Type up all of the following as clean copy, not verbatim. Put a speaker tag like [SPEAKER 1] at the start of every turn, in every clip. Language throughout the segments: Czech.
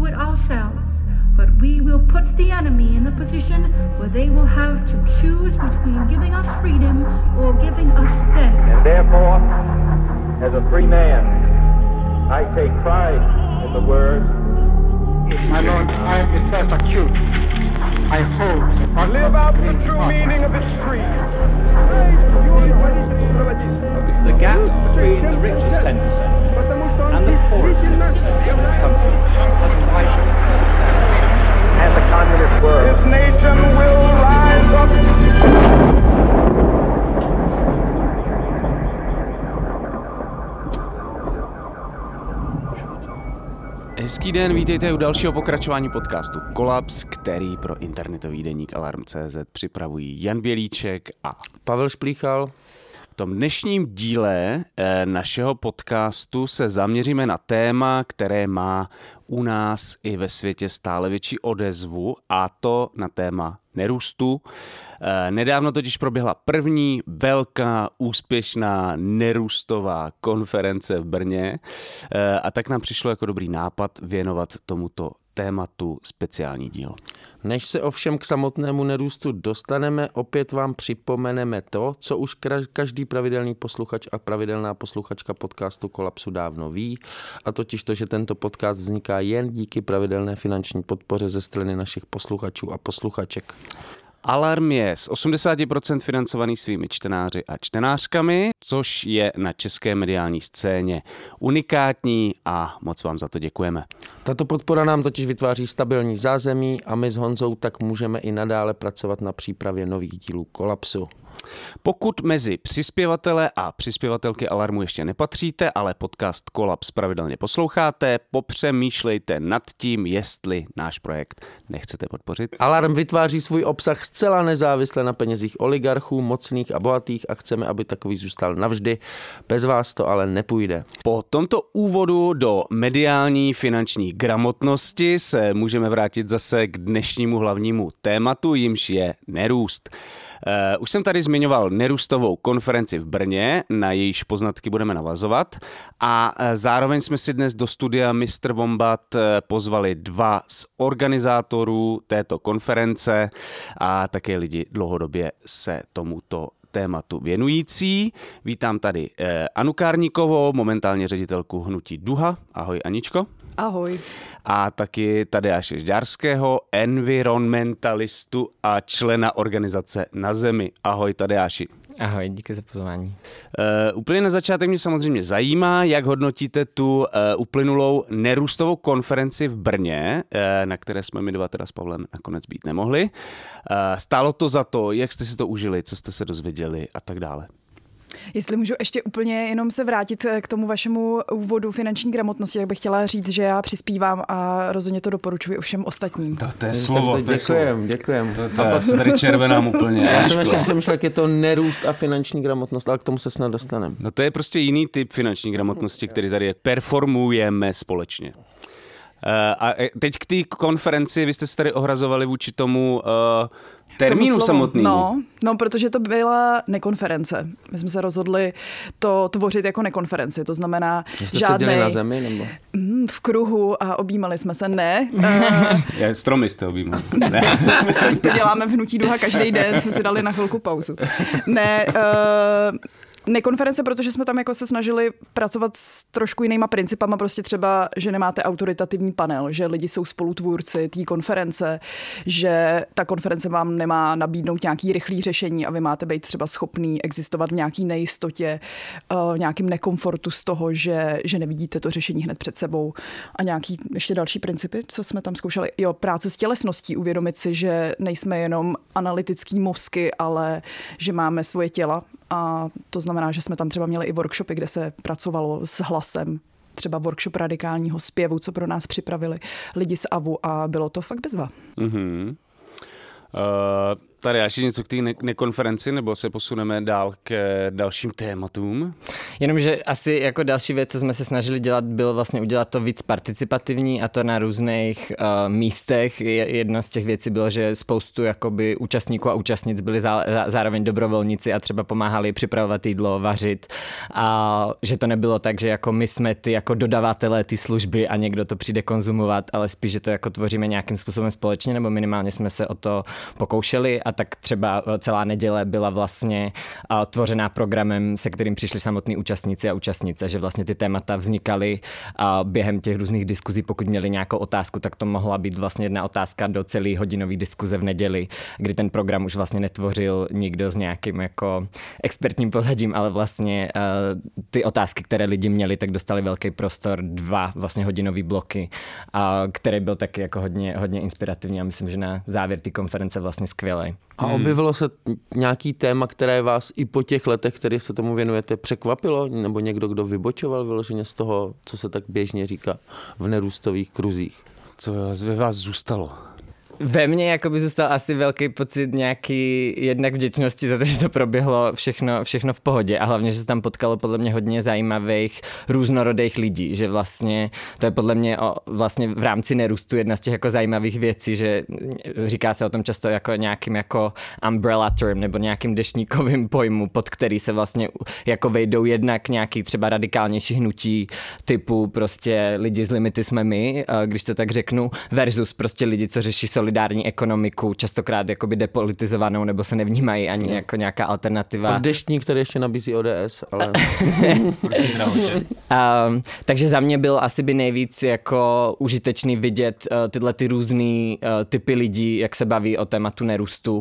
[SPEAKER 1] it ourselves, but we will put the enemy in the position where they will have to choose between giving us freedom or giving us death.
[SPEAKER 2] And therefore, as a free man, I take pride in the word.
[SPEAKER 3] My lord, I am the first accused. I hold that
[SPEAKER 2] Live out the true meaning of its creed.
[SPEAKER 4] The gap between the richest 10% and the poorest 10% has widened.
[SPEAKER 2] And the communist world. This nation will rise up.
[SPEAKER 5] Hezký den, vítejte u dalšího pokračování podcastu Kolaps, který pro internetový deník Alarm.cz připravují Jan Bělíček a
[SPEAKER 6] Pavel Šplíchal.
[SPEAKER 5] V tom dnešním díle našeho podcastu se zaměříme na téma, které má u nás i ve světě stále větší odezvu, a to na téma nerůstu. Nedávno totiž proběhla první velká úspěšná nerůstová konference v Brně a tak nám přišlo jako dobrý nápad věnovat tomuto tématu speciální díl.
[SPEAKER 6] Než se ovšem k samotnému nerůstu dostaneme, opět vám připomeneme to, co už každý pravidelný posluchač a pravidelná posluchačka podcastu Kolapsu dávno ví, a totiž to, že tento podcast vzniká jen díky pravidelné finanční podpoře ze strany našich posluchačů a posluchaček.
[SPEAKER 5] Alarm je z 80% financovaný svými čtenáři a čtenářkami, což je na české mediální scéně unikátní a moc vám za to děkujeme.
[SPEAKER 6] Tato podpora nám totiž vytváří stabilní zázemí a my s Honzou tak můžeme i nadále pracovat na přípravě nových dílů Kolapsu.
[SPEAKER 5] Pokud mezi přispěvatele a přispěvatelky Alarmu ještě nepatříte, ale podcast Kolaps pravidelně posloucháte, popřemýšlejte nad tím, jestli náš projekt nechcete podpořit.
[SPEAKER 6] Alarm vytváří svůj obsah zcela nezávisle na penězích oligarchů, mocných a bohatých a chceme, aby takový zůstal navždy. Bez vás to ale nepůjde.
[SPEAKER 5] Po tomto úvodu do mediální finanční gramotnosti se můžeme vrátit zase k dnešnímu hlavnímu tématu, jímž je nerůst. Už jsem tady zmiňoval nerůstovou konferenci v Brně, na jejíž poznatky budeme navazovat, a zároveň jsme si dnes do studia Mr. Wombat pozvali dva z organizátorů této konference a také lidi dlouhodobě se tomuto tématu věnující. Vítám tady Anu Kárníkovou, momentálně ředitelku hnutí Duha. Ahoj, Aničko.
[SPEAKER 7] Ahoj.
[SPEAKER 5] A taky Tadeáše Žďárského, environmentalistu a člena organizace Na zemi. Ahoj, Tadeáši.
[SPEAKER 8] Ahoj, díky za pozvání.
[SPEAKER 5] Úplně na začátek mě samozřejmě zajímá, jak hodnotíte tu uplynulou nerůstovou konferenci v Brně, na které jsme my dva teda s Pavlem nakonec být nemohli. Stálo to za to, jak jste si to užili, co jste se dozvěděli a tak dále.
[SPEAKER 7] Jestli můžu ještě úplně jenom se vrátit k tomu vašemu úvodu finanční gramotnosti, tak bych chtěla říct, že já přispívám a rozhodně to doporučuji všem ostatním.
[SPEAKER 5] To je slovo.
[SPEAKER 6] Děkujem.
[SPEAKER 5] To je tady červenám úplně.
[SPEAKER 6] Já jsem ještě přemýšlel, jak je to nerůst a finanční gramotnost, ale k tomu se snad dostaneme.
[SPEAKER 5] No to je prostě jiný typ finanční gramotnosti, který tady performujeme společně. A teď k té konferenci, vy jste se tady ohrazovali vůči tomu termínu samotnému.
[SPEAKER 7] No, protože to byla nekonference. My jsme se rozhodli to tvořit jako nekonferenci, to znamená
[SPEAKER 6] jste
[SPEAKER 7] žádnej...
[SPEAKER 6] seděli na zemi, nebo?
[SPEAKER 7] V kruhu a objímali jsme se, ne.
[SPEAKER 5] Stromy jste objímali.
[SPEAKER 7] To děláme v hnutí Duha každý den, jsme si dali na chvilku pauzu. Nekonference, protože jsme tam jako se snažili pracovat s trošku jinýma principama, prostě třeba, že nemáte autoritativní panel, že lidi jsou spolutvůrci té konference, že ta konference vám nemá nabídnout nějaký rychlý řešení a vy máte být třeba schopný existovat v nějaký nejistotě, nějakým nekomfortu z toho, že nevidíte to řešení hned před sebou. A nějaký ještě další principy, co jsme tam zkoušeli. Jo, práce s tělesností, uvědomit si, že nejsme jenom analytický mozky, ale že máme svoje těla. A to znamená, že jsme tam třeba měli i workshopy, kde se pracovalo s hlasem. Třeba workshop radikálního zpěvu, co pro nás připravili lidi z AVU, a bylo to fakt bezva.
[SPEAKER 5] Mm-hmm. Tady ještě něco k té nekonferenci, nebo se posuneme dál k dalším tématům?
[SPEAKER 8] Jenomže asi jako další věc, co jsme se snažili dělat, bylo vlastně udělat to víc participativní a to na různých místech. Jedna z těch věcí bylo, že spoustu jakoby účastníků a účastnic byli zároveň dobrovolníci a třeba pomáhali připravovat jídlo, vařit a že to nebylo tak, že jako my jsme ty jako dodavatelé ty služby a někdo to přijde konzumovat, ale spíš, že to jako tvoříme nějakým způsobem společně, nebo minimálně jsme se o to pokoušeli a tak třeba celá neděle byla vlastně tvořená programem, se kterým přišli samotní účastníci a účastnice, že vlastně ty témata vznikaly během těch různých diskuzí, pokud měli nějakou otázku, tak to mohla být vlastně jedna otázka do celý hodinový diskuze v neděli, kdy ten program už vlastně netvořil nikdo s nějakým jako expertním pozadím, ale vlastně ty otázky, které lidi měli, tak dostali velký prostor, 2 vlastně hodinový bloky, který byl taky jako hodně inspirativní a myslím, že na závěr té konference vlastně skvělý.
[SPEAKER 6] A objevilo se nějaký téma, které vás i po těch letech, které se tomu věnujete, překvapilo? Nebo někdo, kdo vybočoval vyloženě z toho, co se tak běžně říká v nerůstových kruzích?
[SPEAKER 5] Co ve vás zůstalo?
[SPEAKER 8] Ve mně jakoby zůstal asi velký pocit nějaký jednak vděčnosti za to, že to proběhlo všechno v pohodě a hlavně, že se tam potkalo podle mě hodně zajímavých různorodých lidí, že vlastně to je podle mě vlastně v rámci nerůstu jedna z těch jako zajímavých věcí, že říká se o tom často jako nějakým jako umbrella term nebo nějakým deštníkovým pojmu, pod který se vlastně jako vejdou jednak nějaký třeba radikálnější hnutí typu prostě lidi z limity jsme my, když to tak řeknu, versus prostě lidi, co řeší solidární ekonomiku, častokrát jakoby depolitizovanou, nebo se nevnímají ani jako nějaká alternativa.
[SPEAKER 6] Pak deštník, který ještě nabízí ODS, ale...
[SPEAKER 8] Takže za mě byl asi by nejvíc jako užitečný vidět tyhle ty různý typy lidí, jak se baví o tématu nerůstu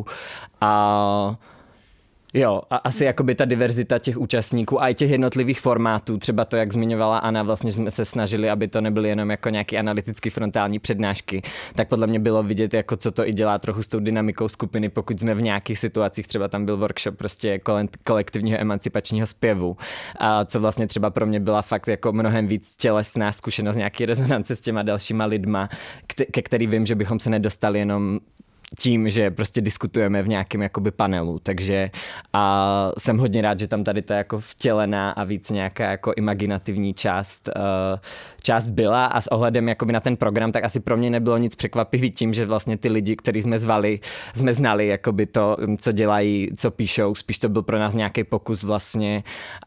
[SPEAKER 8] Jo, a asi jakoby ta diverzita těch účastníků a i těch jednotlivých formátů, třeba to, jak zmiňovala Anna, vlastně jsme se snažili, aby to nebyly jenom jako nějaký analytický frontální přednášky, tak podle mě bylo vidět, jako co to i dělá trochu s tou dynamikou skupiny, pokud jsme v nějakých situacích, třeba tam byl workshop prostě kolektivního emancipačního zpěvu, a co vlastně třeba pro mě byla fakt jako mnohem víc tělesná zkušenost, nějaký rezonance s těma dalšíma lidma, ke který vím, že bychom se nedostali jenom tím, že prostě diskutujeme v nějakém jakoby panelu, takže jsem hodně rád, že tam tady ta jako vtělená a víc nějaká jako imaginativní část byla a s ohledem jakoby na ten program, tak asi pro mě nebylo nic překvapivý tím, že vlastně ty lidi, který jsme zvali, jsme znali jakoby to, co dělají, co píšou, spíš to byl pro nás nějaký pokus vlastně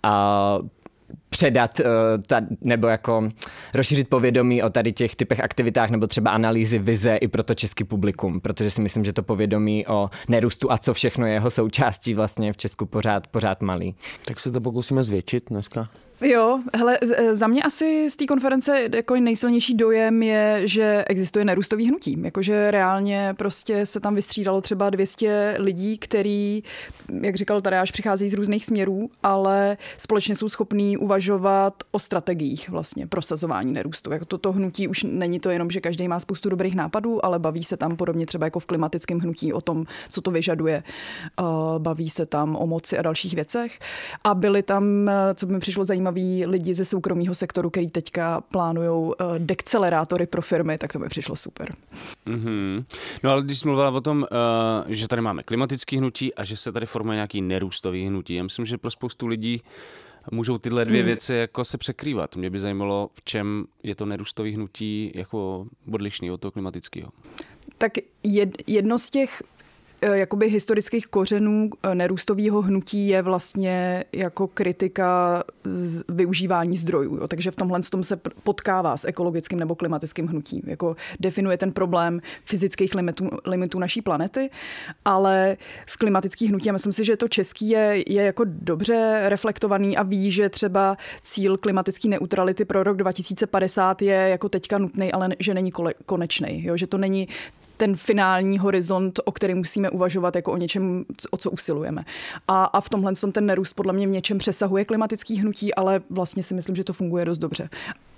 [SPEAKER 8] předat nebo jako rozšířit povědomí o tady těch typech aktivitách nebo třeba analýzy vize i pro to český publikum, protože si myslím, že to povědomí o nerůstu a co všechno je jeho součástí vlastně v Česku pořád malý.
[SPEAKER 6] Tak se to pokusíme zvětšit dneska.
[SPEAKER 7] Jo, hele, za mě asi z té konference jako nejsilnější dojem je, že existuje nerůstový hnutí. Jakože reálně prostě se tam vystřídalo třeba 200 lidí, který, jak říkal Tadeáš, přichází z různých směrů, ale společně jsou schopní uvažovat o strategiích vlastně prosazování nerůstu. Jako toto hnutí už není to jenom, že každý má spoustu dobrých nápadů, ale baví se tam podobně třeba jako v klimatickém hnutí o tom, co to vyžaduje. Baví se tam o moci a dalších věcech. A byli tam, co by mi přišlo zajímavé, lidi ze soukromého sektoru, který teďka plánujou dekcelerátory pro firmy, tak to mi přišlo super.
[SPEAKER 5] Mm-hmm. No ale když jsi mluvila o tom, že tady máme klimatický hnutí a že se tady formuje nějaký nerůstový hnutí, já myslím, že pro spoustu lidí můžou tyhle dvě věci jako se překrývat. Mě by zajímalo, v čem je to nerůstový hnutí jako odlišný od toho klimatického. Tak
[SPEAKER 7] jedno z těch jakoby historických kořenů nerůstového hnutí je vlastně jako kritika využívání zdrojů. Jo. Takže v tomhle tom se potkává s ekologickým nebo klimatickým hnutím. Jako definuje ten problém fyzických limitů naší planety, ale v klimatických hnutí, a myslím si, že to český je jako dobře reflektovaný a ví, že třeba cíl klimatické neutrality pro rok 2050 je jako teďka nutný, ale že není konečný. Jo. Že to není ten finální horizont, o kterém musíme uvažovat jako o něčem, o co usilujeme. A v tomhle ten nerůst podle mě v něčem přesahuje klimatický hnutí, ale vlastně si myslím, že to funguje dost dobře.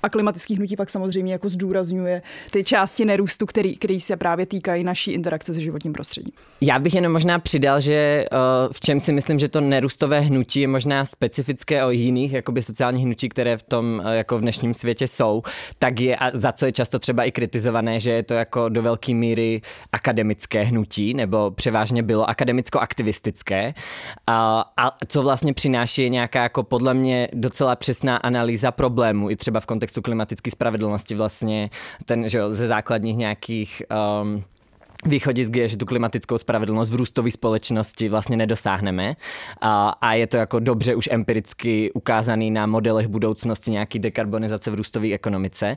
[SPEAKER 7] A klimatický hnutí pak samozřejmě jako zdůrazňuje ty části nerůstu, který se právě týkají naší interakce se životním prostředím.
[SPEAKER 8] Já bych jenom možná přidal, že v čem si myslím, že to nerůstové hnutí je možná specifické o jiných jakoby sociálních hnutí, které v tom jako v dnešním světě jsou, tak je, a za co je často třeba i kritizované, že je to jako do velké míry akademické hnutí, nebo převážně bylo akademicko-aktivistické. A co vlastně přináší je nějaká jako podle mě docela přesná analýza problému, i třeba v kontextu klimatické spravedlnosti vlastně ten, že jo, ze základních nějakých východisk je, že tu klimatickou spravedlnost v růstové společnosti vlastně nedosáhneme a je to jako dobře už empiricky ukázaný na modelech budoucnosti nějaký dekarbonizace v růstové ekonomice.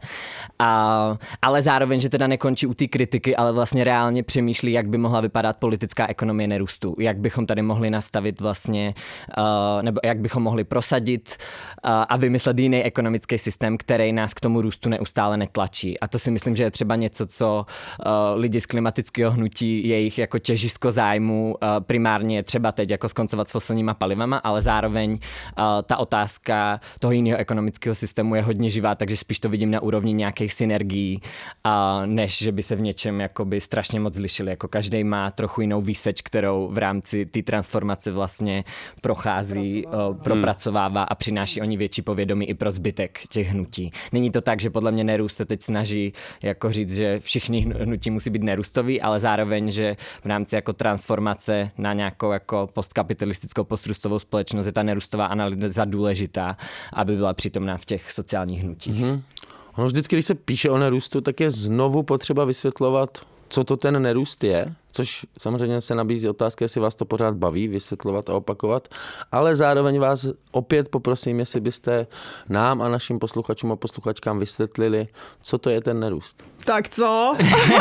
[SPEAKER 8] Ale zároveň, že teda nekončí u té kritiky, ale vlastně reálně přemýšlí, jak by mohla vypadat politická ekonomie nerůstu. Jak bychom tady mohli nastavit vlastně, nebo jak bychom mohli prosadit a vymyslet jiný ekonomický systém, který nás k tomu růstu neustále netlačí. A to si myslím, že je třeba něco, co lidi z klimatického hnutí, jejich jako těžisko zájmu primárně třeba teď jako skoncovat s fosilníma palivama, ale zároveň ta otázka toho jiného ekonomického systému je hodně živá, takže spíš to vidím na úrovni nějakých synergií, než že by se v něčem jakoby strašně moc lišili. Jako každý má trochu jinou výseč, kterou v rámci té transformace vlastně prochází, propracovává a přináší o ní větší povědomí i pro zbytek těch hnutí. Není to tak, že podle mě nerůst se teď snaží jako říct, že všichni hnutí musí být nerůstoví, ale zároveň, že v rámci jako transformace na nějakou jako postkapitalistickou, postrůstovou společnost je ta nerůstová analýza důležitá, aby byla přítomná v těch sociálních hnutích.
[SPEAKER 6] Ono vždycky, když se píše o nerůstu, tak je znovu potřeba vysvětlovat, co to ten nerůst je, což samozřejmě se nabízí otázka, jestli vás to pořád baví vysvětlovat a opakovat, ale zároveň vás opět poprosím, jestli byste nám a našim posluchačům a posluchačkám vysvětlili, co to je ten nerůst.
[SPEAKER 7] Tak co?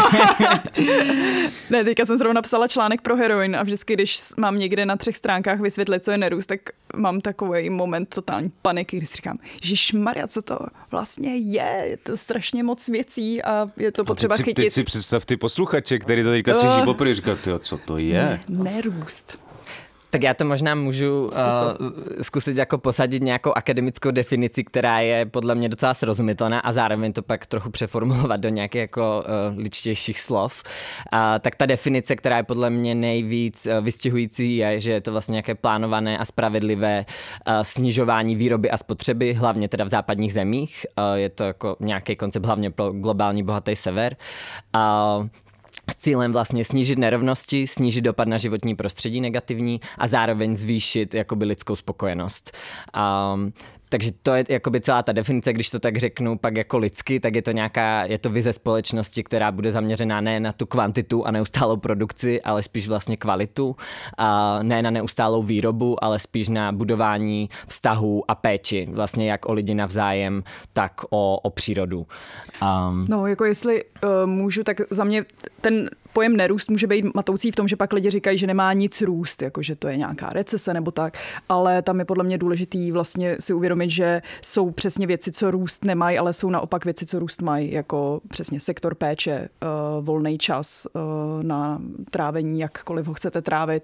[SPEAKER 7] Ne, teďka jsem zrovna napsala článek pro Heroin a vždycky, když mám někde na 3 stránkách vysvětlit, co je nerůst, tak mám takový moment totální paniky, když si říkám, ježišmarja, co to vlastně je to strašně moc věcí a je to potřeba chytit.
[SPEAKER 5] Teď si představ ty posluchače, který to teďka slyší poprvé, říká, co to je?
[SPEAKER 7] Nerůst.
[SPEAKER 8] Tak já to možná můžu zkusit jako posadit nějakou akademickou definici, která je podle mě docela srozumitelná a zároveň to pak trochu přeformulovat do nějakých jako ličtějších slov. Tak ta definice, která je podle mě nejvíc vystihující, je, že je to vlastně nějaké plánované a spravedlivé snižování výroby a spotřeby, hlavně teda v západních zemích. Je to jako nějaký koncept hlavně pro globální bohatý sever. S cílem vlastně snížit nerovnosti, snížit dopad na životní prostředí negativní a zároveň zvýšit jakoby lidskou spokojenost. Takže to je jakoby celá ta definice, když to tak řeknu pak jako lidsky, tak je to vize společnosti, která bude zaměřená ne na tu kvantitu a neustálou produkci, ale spíš vlastně kvalitu, ne na neustálou výrobu, ale spíš na budování vztahů a péči, vlastně jak o lidi navzájem, tak o přírodu.
[SPEAKER 7] No, jako jestli můžu, tak za mě ten pojem nerůst může být matoucí v tom, že pak lidi říkají, že nemá nic růst, jako že to je nějaká recese nebo tak, ale tam je podle mě důležitý vlastně si uvědomit, že jsou přesně věci, co růst nemají, ale jsou naopak věci, co růst mají, jako přesně sektor péče, volný čas na trávení, jakkoliv ho chcete trávit.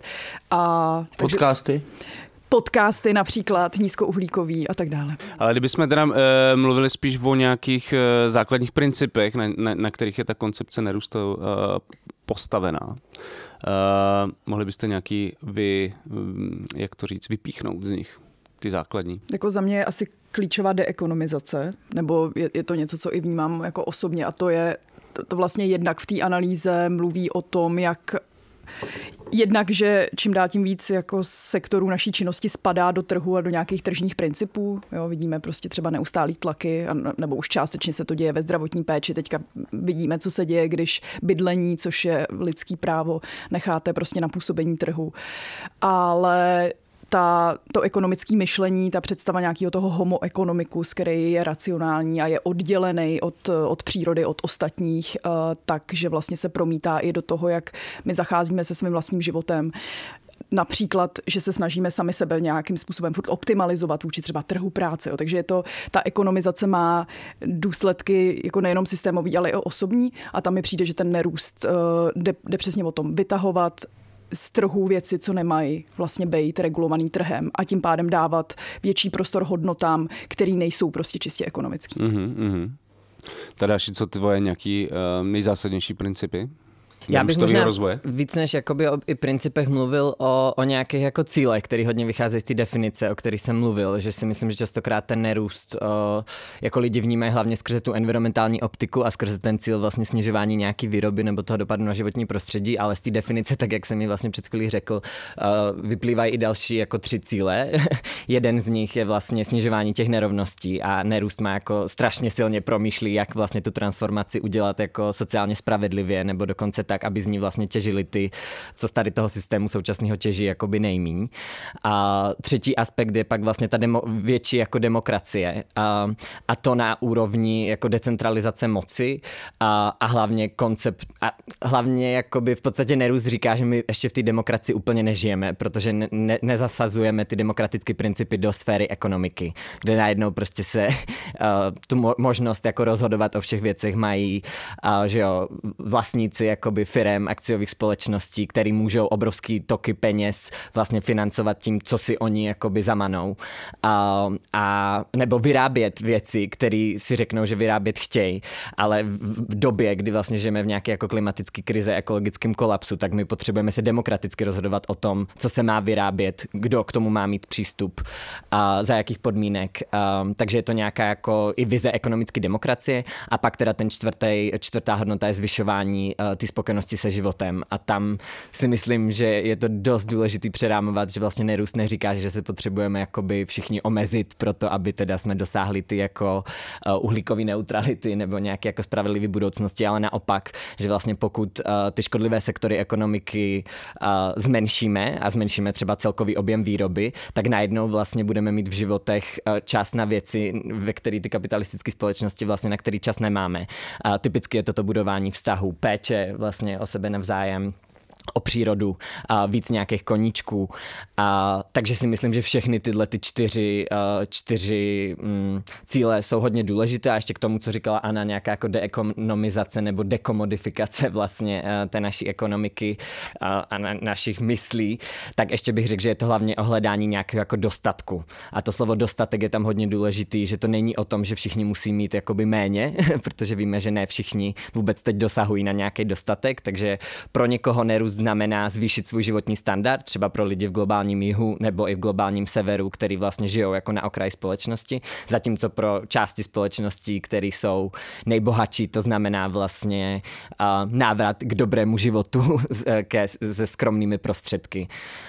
[SPEAKER 7] Podcasty například, nízkouhlíkový a tak dále. Ale
[SPEAKER 5] kdybychom teda mluvili spíš o nějakých základních principech, na kterých je ta koncepce nerůstu postavená. Mohli byste nějaký vypíchnout z nich, ty základní?
[SPEAKER 7] Jako za mě je asi klíčová deekonomizace, nebo je to něco, co i vnímám jako osobně a to je to vlastně jednak v té analýze mluví o tom, jak jednak, že čím dál tím víc jako sektorů naší činnosti spadá do trhu a do nějakých tržních principů. Jo, vidíme prostě třeba neustálý tlaky, nebo už částečně se to děje ve zdravotní péči. Teďka vidíme, co se děje, když bydlení, což je lidský právo, necháte prostě na působení trhu. Ale to ekonomické myšlení, ta představa nějakého toho homo economicus, který je racionální a je oddělený od přírody, od ostatních, takže vlastně se promítá i do toho, jak my zacházíme se svým vlastním životem. Například, že se snažíme sami sebe nějakým způsobem furt optimalizovat vůči třeba trhu práce. Jo. Takže ta ekonomizace má důsledky jako nejenom systémový, ale i osobní a tam mi přijde, že ten nerůst jde přesně o tom vytahovat z trhu věci, co nemají vlastně být regulovaný trhem a tím pádem dávat větší prostor hodnotám, které nejsou prostě čistě ekonomický.
[SPEAKER 5] Tadáši, co tvoje nějaký nejzásadnější principy?
[SPEAKER 8] Já bych možná víc než jakoby o i principech mluvil o nějakých jako cílech, který hodně vycházejí z té definice, o kterých jsem mluvil, že si myslím, že častokrát ten nerůst jako lidi vnímají hlavně skrze tu environmentální optiku a skrze ten cíl vlastně snižování nějaký výroby nebo toho dopadu na životní prostředí, ale z té definice, tak jak jsem ji vlastně před chvílí řekl, vyplývají i další jako 3 cíle. Jeden z nich je vlastně snižování těch nerovností a nerůst má jako strašně silně promýšlí, jak vlastně tu transformaci udělat jako sociálně spravedlivě nebo dokonce tak, aby z ní vlastně těžili ty, co z tady toho systému současného těží jakoby nejmíň. A třetí aspekt je pak vlastně ta větší jako demokracie a to na úrovni jako decentralizace moci a hlavně koncept a hlavně jakoby v podstatě nerůst říká, že my ještě v té demokracii úplně nežijeme, protože nezasazujeme ty demokratické principy do sféry ekonomiky, kde najednou prostě se tu možnost jako rozhodovat o všech věcech mají že jo, vlastníci jakoby firem, akciových společností, který můžou obrovský toky peněz vlastně financovat tím, co si oni jakoby zamanou. A nebo vyrábět věci, které si řeknou, že vyrábět chtějí, ale v době, kdy vlastně žijeme v nějaké jako klimatické krize, ekologickém kolapsu, tak my potřebujeme se demokraticky rozhodovat o tom, co se má vyrábět, kdo k tomu má mít přístup a za jakých podmínek. Takže je to nějaká jako i vize ekonomické demokracie a pak teda ten čtvrtá hodnota je zvyšování ty spokojenosti se životem a tam si myslím, že je to dost důležitý přerámovat, že vlastně nerůst neříká, že se potřebujeme jakoby všichni omezit pro to, aby teda jsme dosáhli ty jako uhlíkové neutrality nebo nějaké jako spravedlivé budoucnosti, ale naopak, že vlastně pokud ty škodlivé sektory ekonomiky zmenšíme a zmenšíme třeba celkový objem výroby, tak najednou vlastně budeme mít v životech čas na věci, ve které ty kapitalistické společnosti vlastně na který čas nemáme. Typicky je toto budování vztahů, péče vlastně o sebe navzájem, o přírodu, víc nějakých koníčků. Takže si myslím, že všechny tyhle ty čtyři cíle jsou hodně důležité a ještě k tomu, co říkala Anna, nějaká jako deekonomizace nebo dekomodifikace vlastně té naší ekonomiky a našich myslí, tak ještě bych řekl, že je to hlavně o hledání nějakého jako dostatku. A to slovo dostatek je tam hodně důležitý, že to není o tom, že všichni musí mít jakoby méně, protože víme, že ne všichni vůbec teď dosahují na nějaký dostatek, takže pro někoho nerůst znamená zvýšit svůj životní standard, třeba pro lidi v globálním jihu nebo i v globálním severu, který vlastně žijou jako na okraji společnosti, zatímco pro části společností, které jsou nejbohatší, to znamená vlastně návrat k dobrému životu se skromnými prostředky.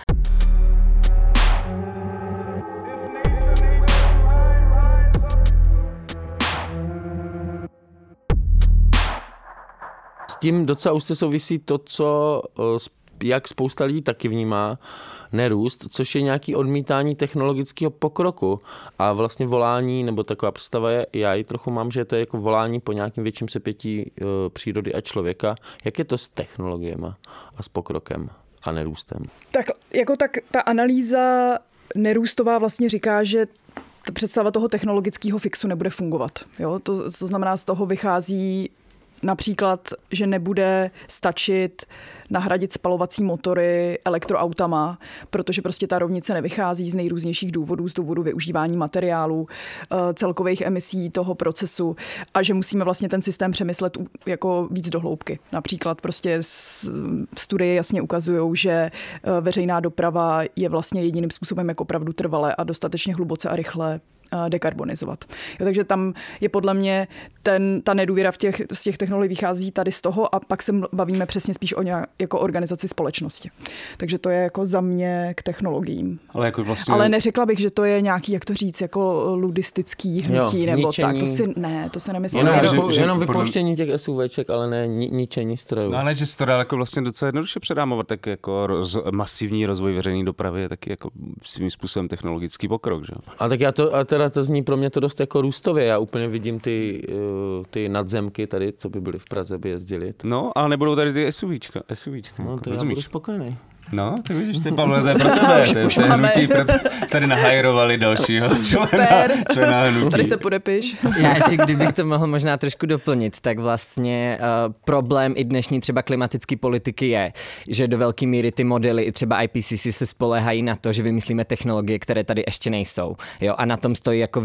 [SPEAKER 6] S tím docela už se souvisí to, co jak spousta lidí taky vnímá nerůst, což je nějaký odmítání technologického pokroku a vlastně volání, nebo taková představa je, já ji trochu mám, že to je jako volání po nějakým větším sepětí přírody a člověka. Jak je to s technologiemi a s pokrokem a nerůstem?
[SPEAKER 7] Tak ta analýza nerůstová vlastně říká, že ta představa toho technologického fixu nebude fungovat. Jo? To znamená, z toho vychází například, že nebude stačit nahradit spalovací motory elektroautama, protože prostě ta rovnice nevychází z nejrůznějších důvodů, z důvodu využívání materiálů, celkových emisí toho procesu a že musíme vlastně ten systém přemyslet jako víc do hloubky. Například prostě studie jasně ukazují, že veřejná doprava je vlastně jediným způsobem, jak opravdu trvale a dostatečně hluboce a rychle dekarbonizovat. Jo, takže tam je podle mě ta nedůvěra z těch technologií vychází tady z toho a pak se bavíme přesně spíš o jako organizaci společnosti. Takže to je jako za mě k technologiím. Ale neřekla bych, že to je nějaký, jak to říct, jako ludistický hnutí nebo
[SPEAKER 6] ničení.
[SPEAKER 7] Tak. To si nemyslím.
[SPEAKER 6] Jenom vypouštění těch SUVček, ale ne ničení strojů.
[SPEAKER 5] No ale že se to dá jako vlastně docela jednoduše předámovat, tak jako masivní rozvoj veřejné dopravy je taky jako svým způsobem technologický pokrok, že?
[SPEAKER 6] A tak to zní pro mě to dost jako růstově. Já úplně vidím ty nadzemky tady, co by byly v Praze, by jezdili.
[SPEAKER 5] No, ale nebudou tady ty SUVčka.
[SPEAKER 6] No, to já budu spokojený.
[SPEAKER 5] No, tak vidíš, ty Pavle, to je pro tebe. To je hnutí, tady nahajrovali dalšího člena hnutí.
[SPEAKER 7] Tady se podepiš.
[SPEAKER 8] Já ještě, kdybych to mohl možná trošku doplnit, tak vlastně problém i dnešní třeba klimatické politiky je, že do velké míry ty modely i třeba IPCC se spoléhají na to, že vymyslíme technologie, které tady ještě nejsou. Jo? A na tom stojí jako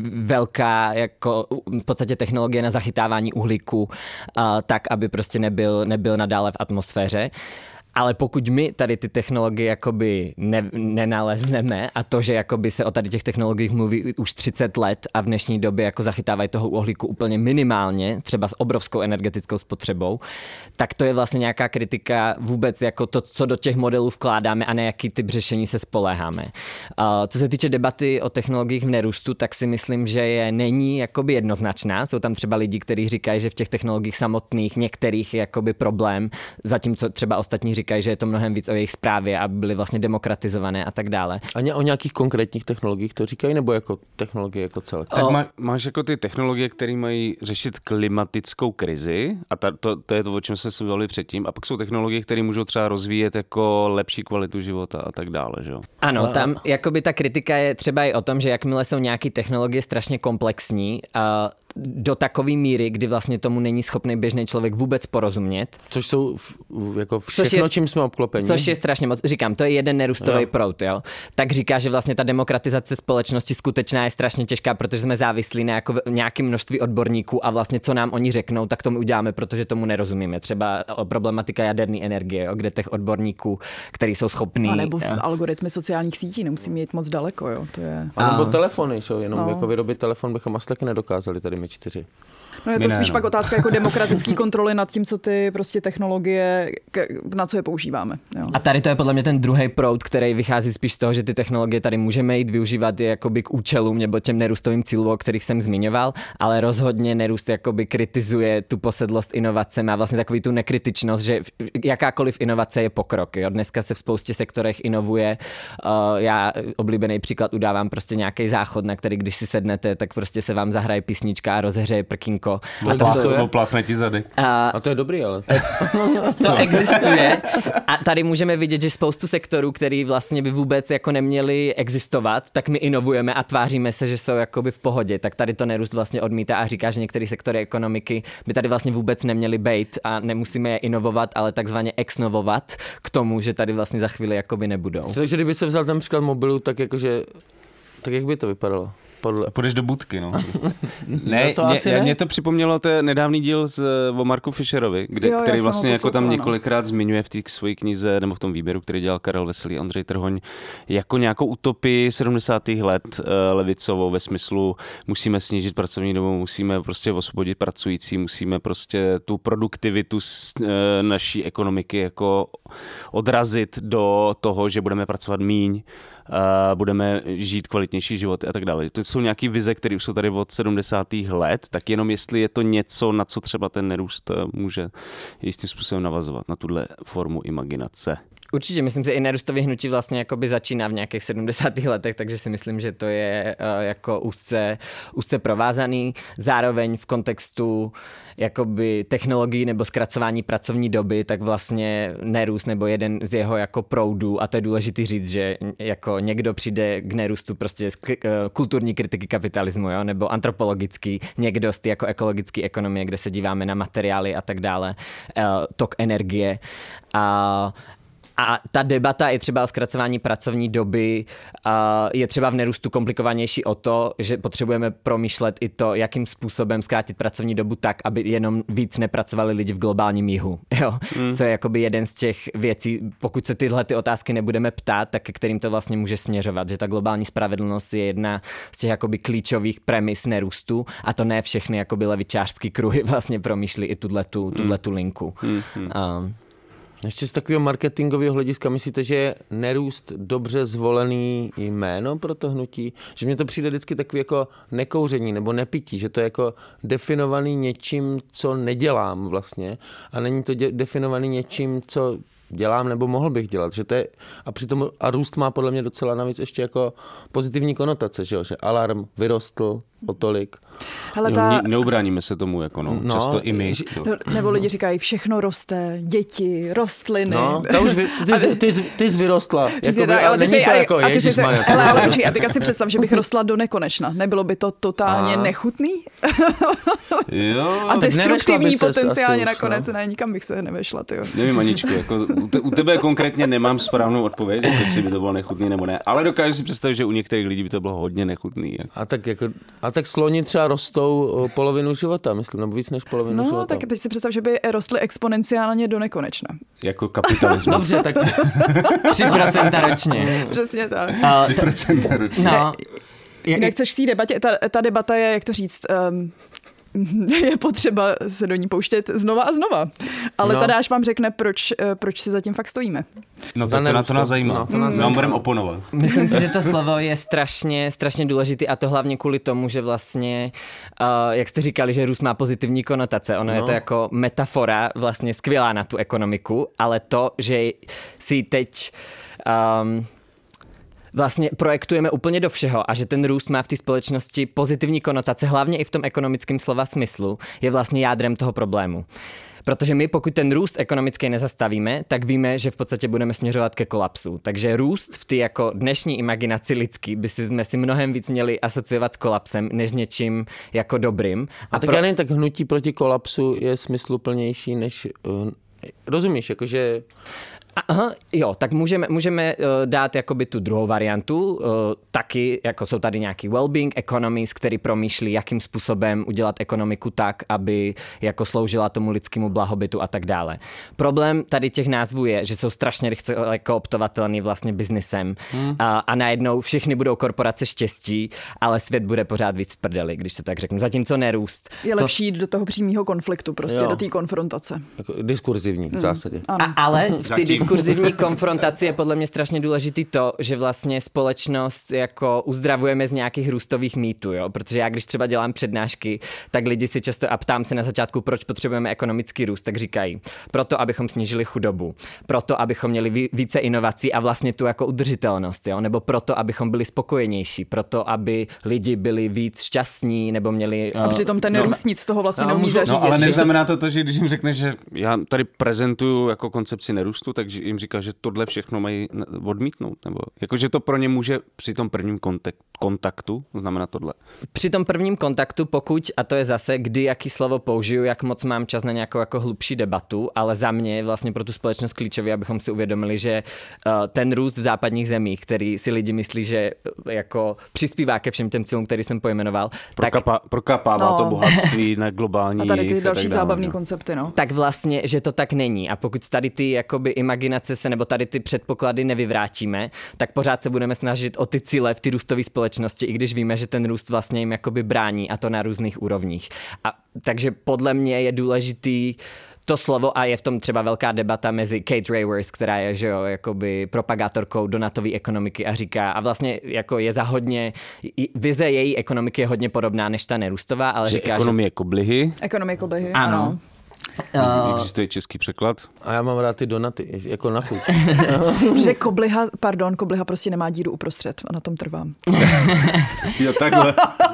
[SPEAKER 8] velká jako v podstatě technologie na zachytávání uhlíku, tak, aby prostě nebyl nadále v atmosféře. Ale pokud my tady ty technologie jakoby nenalezneme a to, že jakoby se o tady těch technologiích mluví už 30 let a v dnešní době jako zachytávají toho uhlíku úplně minimálně, třeba s obrovskou energetickou spotřebou, tak to je vlastně nějaká kritika vůbec jako to, co do těch modelů vkládáme a na jaký typ řešení se spoléháme. Co se týče debaty o technologiích v nerůstu, tak si myslím, že není jakoby jednoznačná. Jsou tam třeba lidi, kteří říkají, že v těch technologiích samotných některých je jakoby problém, zatímco třeba ostatní říkají, že je to mnohem víc o jejich správě, aby byly vlastně demokratizované a tak dále. A
[SPEAKER 6] o nějakých konkrétních technologiích to říkají, nebo jako technologie jako celé?
[SPEAKER 5] Tak máš jako ty technologie, které mají řešit klimatickou krizi a to je to, o čem jsme se bavili předtím, a pak jsou technologie, které můžou třeba rozvíjet jako lepší kvalitu života a tak dále, že jo?
[SPEAKER 8] Ano, tam jakoby ta kritika je třeba i o tom, že jakmile jsou nějaké technologie strašně komplexní, do takové míry, kdy vlastně tomu není schopný běžný člověk vůbec porozumět.
[SPEAKER 6] Což jsou jako všechno, čím jsme obklopeni.
[SPEAKER 8] Což je strašně moc. Říkám, to je jeden nerůstový proud, jo. Tak říká, že vlastně ta demokratizace společnosti skutečná je strašně těžká, protože jsme závislí na jako nějakém množství odborníků a vlastně co nám oni řeknou, tak tomu uděláme, protože tomu nerozumíme. Třeba problematika jaderné energie, jo, kde těch odborníků, kteří jsou schopní.
[SPEAKER 7] A nebo algoritmy sociálních sítí, nemusíme jít moc daleko, jo. To je.
[SPEAKER 6] A nebo telefony, jsou jenom jako vyrobit telefon bychom asi taky nedokázali tady my 4.
[SPEAKER 7] No je to spíš pak otázka jako demokratické kontroly nad tím, co ty prostě technologie, na co je používáme. Jo.
[SPEAKER 8] A tady to je podle mě ten druhý proud, který vychází spíš z toho, že ty technologie tady můžeme jít využívat jakoby k účelům nebo těm nerůstovým cílům, o kterých jsem zmiňoval, ale rozhodně nerůst jakoby kritizuje tu posedlost inovace, má vlastně takový tu nekritičnost, že jakákoliv inovace je pokrok. Jo. Dneska se v spoustě sektorech inovuje. Já oblíbený příklad udávám prostě nějaký záchod, na který když si sednete, tak prostě se vám zahraje písnička a rozehřeje prkínko.
[SPEAKER 5] A pláchne ti zadek.
[SPEAKER 6] A to je dobrý, ale.
[SPEAKER 8] Co existuje. A tady můžeme vidět, že spoustu sektorů, který vlastně by vůbec jako neměli existovat, tak my inovujeme a tváříme se, že jsou jakoby v pohodě. Tak tady to nerůst vlastně odmítá a říká, že některé sektory ekonomiky by tady vlastně vůbec neměly být a nemusíme je inovovat, ale takzvaně exnovovat k tomu, že tady vlastně za chvíli jakoby nebudou.
[SPEAKER 6] Takže kdyby se vzal ten příklad mobilu, tak jakože, tak jak by to vypadalo?
[SPEAKER 5] Půjdeš do budky, no. Ne, mě to připomnělo ten nedávný díl o Marku Fischerovi, který vlastně jako tam několikrát zmiňuje v té své knize nebo v tom výběru, který dělal Karel Veselý, Ondřej Trhoň, jako nějakou utopii 70. let levicovou ve smyslu musíme snížit pracovní dobu, musíme prostě osvobodit pracující, musíme prostě tu produktivitu naší ekonomiky jako odrazit do toho, že budeme pracovat míň, budeme žít kvalitnější životy a tak dále. To jsou nějaký vize, které už jsou tady od 70. let, tak jenom jestli je to něco, na co třeba ten nerůst může jistým způsobem navazovat, na tuhle formu imaginace.
[SPEAKER 8] Určitě, myslím si, i nerůstový hnutí vlastně jakoby začíná v nějakých 70. letech, takže si myslím, že to je jako úzce provázaný. Zároveň v kontextu jakoby technologií nebo zkracování pracovní doby, tak vlastně nerůst nebo jeden z jeho jako proudů, a to je důležitý říct, že jako někdo přijde k nerůstu prostě z kulturní kritiky kapitalismu, jo, nebo antropologický, někdo z té jako ekologické ekonomie, kde se díváme na materiály a tak dále, tok energie. A ta debata je třeba o zkracování pracovní doby, je třeba v nerůstu komplikovanější o to, že potřebujeme promýšlet i to, jakým způsobem zkrátit pracovní dobu tak, aby jenom víc nepracovali lidi v globálním jihu. Jo? Co je jakoby jeden z těch věcí, pokud se tyhle ty otázky nebudeme ptát, tak kterým to vlastně může směřovat, že ta globální spravedlnost je jedna z těch jakoby klíčových premis nerůstu a to ne všechny jakoby levičářský kruhy vlastně promýšlí i tuhletu linku.
[SPEAKER 6] Ještě z takového marketingového hlediska myslíte, že je nerůst dobře zvolený jméno pro to hnutí? Že mně to přijde vždycky takový jako nekouření nebo nepití, že to je jako definovaný něčím, co nedělám vlastně a není to definovaný něčím, co dělám nebo mohl bych dělat. Že to je, a růst má podle mě docela navíc ještě jako pozitivní konotace, že alarm, vyrostl, o tolik.
[SPEAKER 7] Hele,
[SPEAKER 5] Neubráníme se tomu, jako často i my.
[SPEAKER 7] Nebo lidi říkají, všechno roste, děti, rostliny.
[SPEAKER 6] No, to už ty jsi vyrostla. Není to jako ježišmarja.
[SPEAKER 7] Ale počkej, a teďka si představ, že bych rostla do nekonečna. Nebylo by to totálně nechutný?
[SPEAKER 5] Jo.
[SPEAKER 7] A destruktivní potenciálně nakonec. Ne, nikam bych se nevešla, tyjo.
[SPEAKER 5] Nevím, Aničko, jako u tebe konkrétně nemám správnou odpověď, jestli by to bylo nechutný nebo ne, ale dokážu si představit, že u některých lidí by to bylo hodně nechutný.
[SPEAKER 6] A tak sloni třeba rostou polovinu života, myslím, nebo víc než polovinu života.
[SPEAKER 7] No, tak teď si představ, že by rostly exponenciálně do nekonečna.
[SPEAKER 5] Jako kapitalismus.
[SPEAKER 6] Dobře, tak
[SPEAKER 8] 3% ročně.
[SPEAKER 7] Přesně tak.
[SPEAKER 5] 3% ročně.
[SPEAKER 8] No.
[SPEAKER 7] Jak chceš v té debatě, ta debata je, jak to říct, je potřeba se do ní pouštět znova a znova. Ale Tadáš vám řekne, proč si zatím fakt stojíme.
[SPEAKER 5] No tak to nás zajímá. Nám budeme oponovat.
[SPEAKER 8] Myslím si, že to slovo je strašně důležitý a to hlavně kvůli tomu, že vlastně, jak jste říkali, že růst má pozitivní konotace. Ono je to jako metafora vlastně skvělá na tu ekonomiku, ale to, že si teď vlastně projektujeme úplně do všeho a že ten růst má v té společnosti pozitivní konotace, hlavně i v tom ekonomickém slova smyslu, je vlastně jádrem toho problému. Protože my, pokud ten růst ekonomický nezastavíme, tak víme, že v podstatě budeme směřovat ke kolapsu. Takže růst v té jako dnešní imaginaci lidský jsme si mnohem víc měli asociovat s kolapsem, než něčím jako dobrým.
[SPEAKER 6] A tak já nevím, tak hnutí proti kolapsu je smysluplnější než... Rozumíš, jakože...
[SPEAKER 8] Aha, jo, tak můžeme dát jakoby tu druhou variantu, taky, jako jsou tady nějaký well-being economies, který promýšlí, jakým způsobem udělat ekonomiku tak, aby jako sloužila tomu lidskému blahobytu a tak dále. Problém tady těch názvů je, že jsou strašně rychle kooptovatelný vlastně biznisem a najednou všichni budou korporace štěstí, ale svět bude pořád víc v prdeli, když se tak řeknu. Zatímco nerůst.
[SPEAKER 7] Je lepší jít do toho přímého konfliktu, prostě do té konfrontace.
[SPEAKER 6] Jako diskurzivní v zásadě.
[SPEAKER 8] Ale v té diskurzivní konfrontaci je podle mě strašně důležitý to, že vlastně společnost jako uzdravujeme z nějakých růstových mýtů, jo? Protože já když třeba dělám přednášky, tak lidi si často a ptám se na začátku, proč potřebujeme ekonomický růst, tak říkají, proto abychom snížili chudobu, proto abychom měli více inovací a vlastně tu jako udržitelnost, jo? Nebo proto abychom byli spokojenější, proto aby lidi byli víc šťastní nebo měli
[SPEAKER 7] a přitom ten růst nic z toho vlastně neumí zařídit.
[SPEAKER 5] No, ale neznamená to, že když jim řekneš, že já tady prezentuju jako koncepci nerůstu, takže jim říká, že tohle všechno mají odmítnout, nebo jakože to pro ně může při tom prvním kontaktu znamená tohle.
[SPEAKER 8] Při tom prvním kontaktu, pokud, a to je zase, kdy jaký slovo použiju, jak moc mám čas na nějakou jako hlubší debatu, ale za mě je vlastně pro tu společnost klíčový, abychom si uvědomili, že ten růst v západních zemích, který si lidi myslí, že jako přispívá ke všem těm cílům, který jsem pojmenoval,
[SPEAKER 5] prokapává to bohatství na globální.
[SPEAKER 7] A tady ty další zábavné koncepty, no.
[SPEAKER 8] Tak vlastně, že to tak není. A pokud tady ty jakoby imaginace se nebo tady ty předpoklady nevyvrátíme, tak pořád se budeme snažit o ty cíle v té růstové společnosti, i když víme, že ten růst vlastně jim jakoby brání, a to na různých úrovních. A takže podle mě je důležitý to slovo a je v tom třeba velká debata mezi Kate Raworth, která je, že jo, jakoby propagátorkou donatové ekonomiky a říká, a vlastně jako je za hodně, vize její ekonomiky je hodně podobná než ta nerůstová, ale
[SPEAKER 5] že
[SPEAKER 8] říká,
[SPEAKER 5] ekonomie koblihy.
[SPEAKER 7] Ekonomie koblihy,
[SPEAKER 8] ano.
[SPEAKER 5] Existuje český překlad?
[SPEAKER 6] A já mám rád ty donaty, jako na chuť.
[SPEAKER 7] Že kobliha prostě nemá díru uprostřed a na tom trvám.
[SPEAKER 5] Jo, takhle.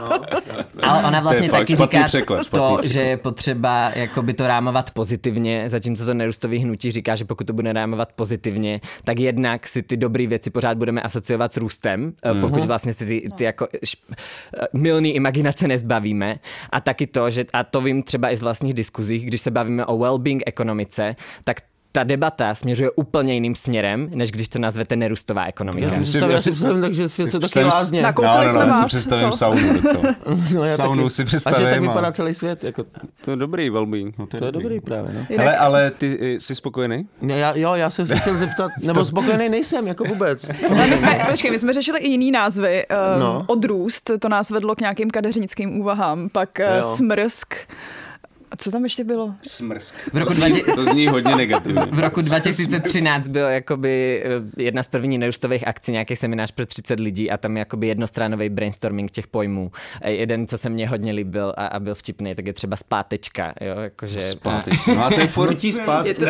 [SPEAKER 8] Ale ona vlastně taky říká
[SPEAKER 5] překlad.
[SPEAKER 8] Že je potřeba jakoby to rámovat pozitivně, zatímco to nerůstový hnutí říká, že pokud to bude rámovat pozitivně, tak jednak si ty dobré věci pořád budeme asociovat s růstem, pokud vlastně ty jako mylný imaginace nezbavíme. A taky to, že, a to vím třeba i z vlastních diskuzích, když se bavíme o well-being ekonomice, tak ta debata směřuje úplně jiným směrem, než když to nazvete nerůstová ekonomika.
[SPEAKER 6] Já si představím tak, že svět se taky lázně.
[SPEAKER 7] Nakoupili jsme vás,
[SPEAKER 5] si představím saunu. Saunu si představím.
[SPEAKER 6] A že tak vypadá celý svět. Jako...
[SPEAKER 5] To je dobrý well-being. No,
[SPEAKER 6] to je dobrý právě. No.
[SPEAKER 5] Hele, ale ty jsi spokojený?
[SPEAKER 6] Já jsem se chtěl zeptat, nebo spokojený nejsem, jako vůbec.
[SPEAKER 7] My jsme řešili i jiný názvy. Odrůst, to nás vedlo k nějakým kadeřnickým úvahám, pak smrsk. A co tam ještě bylo?
[SPEAKER 5] Smrsk. To zní hodně negativně.
[SPEAKER 8] V roku 2013 byl jakoby jedna z prvních nerůstových akcí, nějaký seminář pro 30 lidí a tam je jakoby jednostránový brainstorming těch pojmů. Jeden, co se mně hodně líbil a byl vtipný, tak je třeba zpátečka. Jo? Jakože,
[SPEAKER 5] zpátečka. No a to je furt
[SPEAKER 6] spát.
[SPEAKER 7] Je to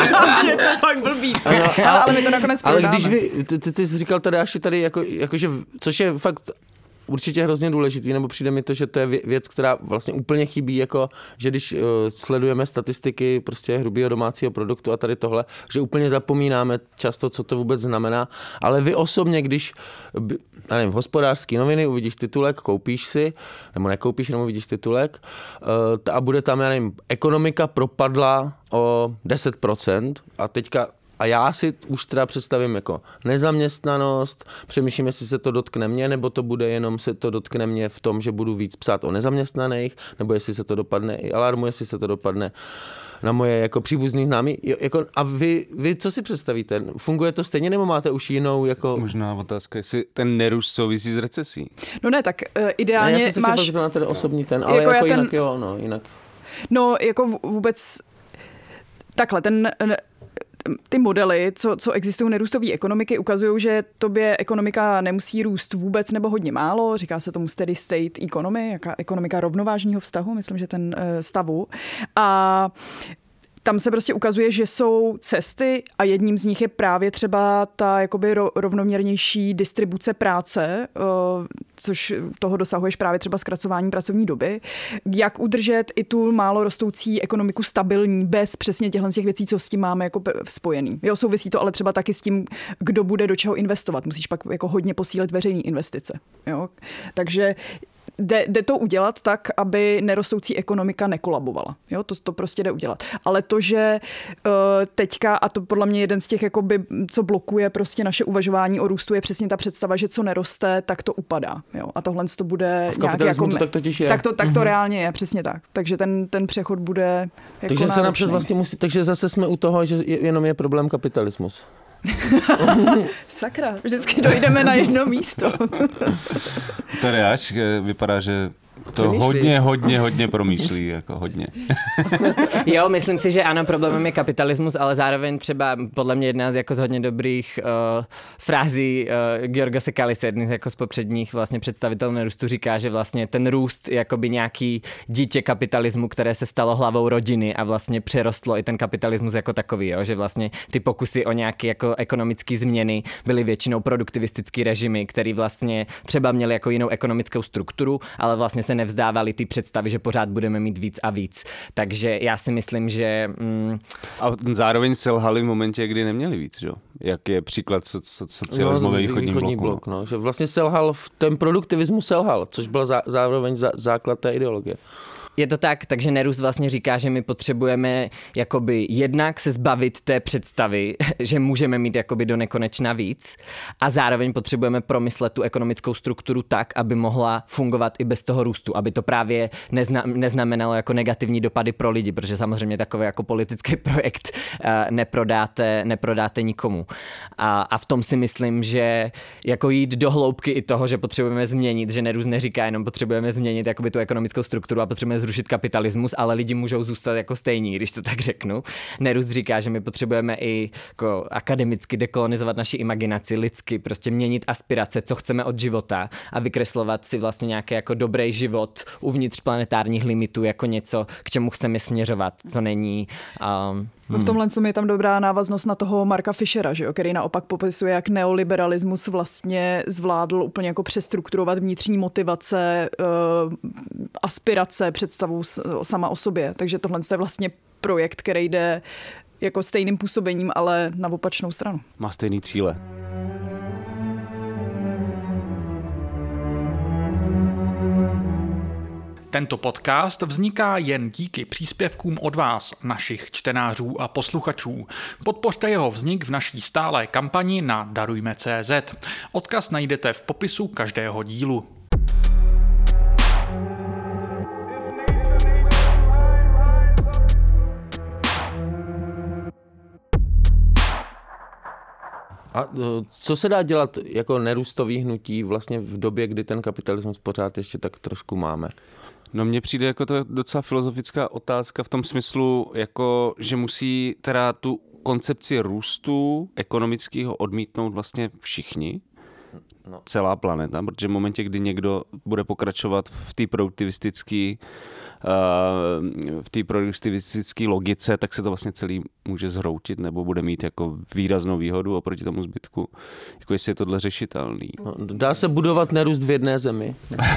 [SPEAKER 7] fakt blbý. Ale my to nakonec prodáme.
[SPEAKER 6] Ale když ty jsi říkal tady, jakože, což je fakt určitě hrozně důležitý, nebo přijde mi to, že to je věc, která vlastně úplně chybí, jako, že když sledujeme statistiky prostě hrubého domácího produktu a tady tohle, že úplně zapomínáme často, co to vůbec znamená, ale vy osobně, když v Hospodářské noviny uvidíš titulek, koupíš si, nebo nekoupíš, nebo vidíš titulek a bude tam, já nevím, ekonomika propadla o 10% a já si už teda představím jako nezaměstnanost, přemýšlím, jestli se to dotkne mě, nebo to bude jenom se to dotkne mě v tom, že budu víc psát o nezaměstnaných, nebo jestli se to dopadne i alarmu, jestli se to dopadne na moje jako příbuzný známí. Jako, a vy co si představíte? Funguje to stejně, nebo máte už jinou jako...
[SPEAKER 5] Možná otázka, jestli ten nerůst souvisí s recesí.
[SPEAKER 7] No ne, tak ideálně
[SPEAKER 6] já jsem
[SPEAKER 7] máš...
[SPEAKER 6] si na ten osobní ale jako jinak jo, no, jinak.
[SPEAKER 7] No, jako vůbec takhle, ty modely, co existují nerůstové ekonomiky, ukazují, že tobě ekonomika nemusí růst vůbec nebo hodně málo. Říká se tomu steady state economy, jaká ekonomika rovnovážního vztahu, myslím, že ten stavu. A tam se prostě ukazuje, že jsou cesty a jedním z nich je právě třeba ta jakoby rovnoměrnější distribuce práce, což toho dosahuješ právě třeba zkracování pracovní doby. Jak udržet i tu málo rostoucí ekonomiku stabilní bez přesně těch věcí, co s tím máme jako spojený. Jo, souvisí to ale třeba taky s tím, kdo bude do čeho investovat. Musíš pak jako hodně posílit veřejné investice. Jo? Takže jde to udělat tak, aby nerostoucí ekonomika nekolabovala. Jo, to prostě jde udělat. Ale to, že teďka, a to podle mě jeden z těch, jakoby, co blokuje prostě naše uvažování o růstu, je přesně ta představa, že co neroste, tak to upadá. Jo, a tohle to bude nějaký jako...
[SPEAKER 6] To tak totiž je.
[SPEAKER 7] Tak to reálně je, přesně tak. Takže ten přechod bude jako
[SPEAKER 6] takže se napřed vlastně musí, takže zase jsme u toho, že jenom je problém kapitalismus.
[SPEAKER 7] Sakra, vždycky dojdeme na jedno místo.
[SPEAKER 5] Tady až vypadá, že to hodně promýšlí, jako hodně.
[SPEAKER 8] Jo, myslím si, že ano, problémem je kapitalismus, ale zároveň třeba podle mě jedna z jako z hodně dobrých frází Georgose Kalise, jedný z jako z popředních vlastně představitelů nerůstu, říká, že vlastně ten růst je jakoby nějaký dítě kapitalismu, které se stalo hlavou rodiny a vlastně přerostlo i ten kapitalismus jako takový, jo? Že vlastně ty pokusy o nějaké jako ekonomické změny byly většinou produktivistický režimy, který vlastně třeba měli jako jinou ekonomickou strukturu, ale vlastně se nevzdávali ty představy, že pořád budeme mít víc a víc. Takže já si myslím, že...
[SPEAKER 5] A zároveň selhali v momentě, kdy neměli víc, že? Jak je příklad socialismový východní blok.
[SPEAKER 6] No, že vlastně selhal, ten produktivismus selhal, což byl zároveň základ té ideologie.
[SPEAKER 8] Je to tak, takže nerůst vlastně říká, že my potřebujeme jakoby jednak se zbavit té představy, že můžeme mít jakoby do nekonečna víc a zároveň potřebujeme promyslet tu ekonomickou strukturu tak, aby mohla fungovat i bez toho růstu, aby to právě neznamenalo jako negativní dopady pro lidi, protože samozřejmě takový jako politický projekt neprodáte nikomu. A v tom si myslím, že jako jít do hloubky i toho, že potřebujeme změnit, že nerůst neříká jenom potřebujeme změnit jakoby tu ekonomickou strukturu a potřebujeme zrušit kapitalismus, ale lidi můžou zůstat jako stejní, když to tak řeknu. Nerůst říká, že my potřebujeme i jako akademicky dekolonizovat naši imaginaci, lidsky, prostě měnit aspirace, co chceme od života a vykreslovat si vlastně nějaký jako dobrý život uvnitř planetárních limitů jako něco, k čemu chceme směřovat, co není...
[SPEAKER 7] V tomhle je tam dobrá návaznost na toho Marka Fischera, že jo, který naopak popisuje, jak neoliberalismus vlastně zvládl úplně jako přestrukturovat vnitřní motivace, aspirace, představu sama o sobě. Takže tohle je vlastně projekt, který jde jako stejným působením, ale na opačnou stranu.
[SPEAKER 5] Má stejný cíle.
[SPEAKER 9] Tento podcast vzniká jen díky příspěvkům od vás, našich čtenářů a posluchačů. Podpořte jeho vznik v naší stálé kampani na darujme.cz. Odkaz najdete v popisu každého dílu.
[SPEAKER 6] A co se dá dělat jako nerůstový hnutí vlastně v době, kdy ten kapitalismus pořád ještě tak trošku máme?
[SPEAKER 5] No mně přijde jako to docela filozofická otázka v tom smyslu, jako že musí teda tu koncepci růstu ekonomického odmítnout vlastně všichni, celá planeta, protože v momentě, kdy někdo bude pokračovat v té produktivistické v té produktivistické logice, tak se to vlastně celý může zhroutit nebo bude mít jako výraznou výhodu oproti tomu zbytku. Jako jestli je tohle řešitelný.
[SPEAKER 6] No, dá se budovat nerůst v jedné zemi.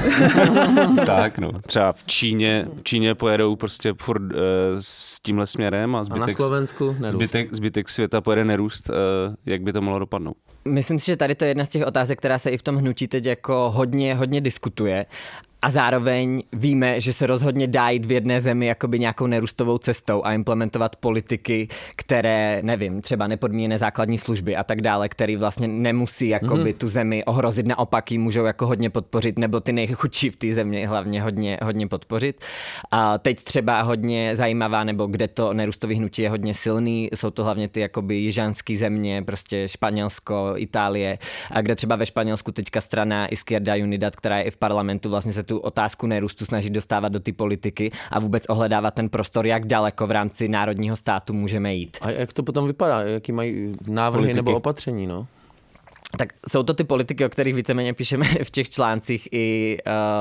[SPEAKER 5] Tak no, třeba v Číně pojedou prostě furt s tímhle směrem a
[SPEAKER 6] na Slovensku nerůst.
[SPEAKER 5] Zbytek světa pojede nerůst, jak by to mohlo dopadnout.
[SPEAKER 8] Myslím si, že tady to je jedna z těch otázek, která se i v tom hnutí teď jako hodně diskutuje. A zároveň víme, že se rozhodně dá jít v jedné zemi jakoby nějakou nerůstovou cestou a implementovat politiky, které, nevím, třeba nepodmíněné základní služby a tak dále, který vlastně nemusí jakoby tu zemi ohrozit, naopak ji můžou jako hodně podpořit, nebo ty nejchudší v té zemi hlavně hodně podpořit. A teď třeba hodně zajímavá, nebo kde to nerůstový hnutí je hodně silný, jsou to hlavně ty jakoby jižanské země, prostě Španělsko, Itálie, a kde třeba ve Španělsku teďka strana Izquierda Unidad, která je i v parlamentu, vlastně se tu otázku nerůstu snaží dostávat do ty politiky a vůbec ohledávat ten prostor, jak daleko v rámci národního státu můžeme jít.
[SPEAKER 6] A jak to potom vypadá? Jaký mají návrhy politiky nebo opatření? No?
[SPEAKER 8] Tak jsou to ty politiky, o kterých víceméně píšeme v těch článcích i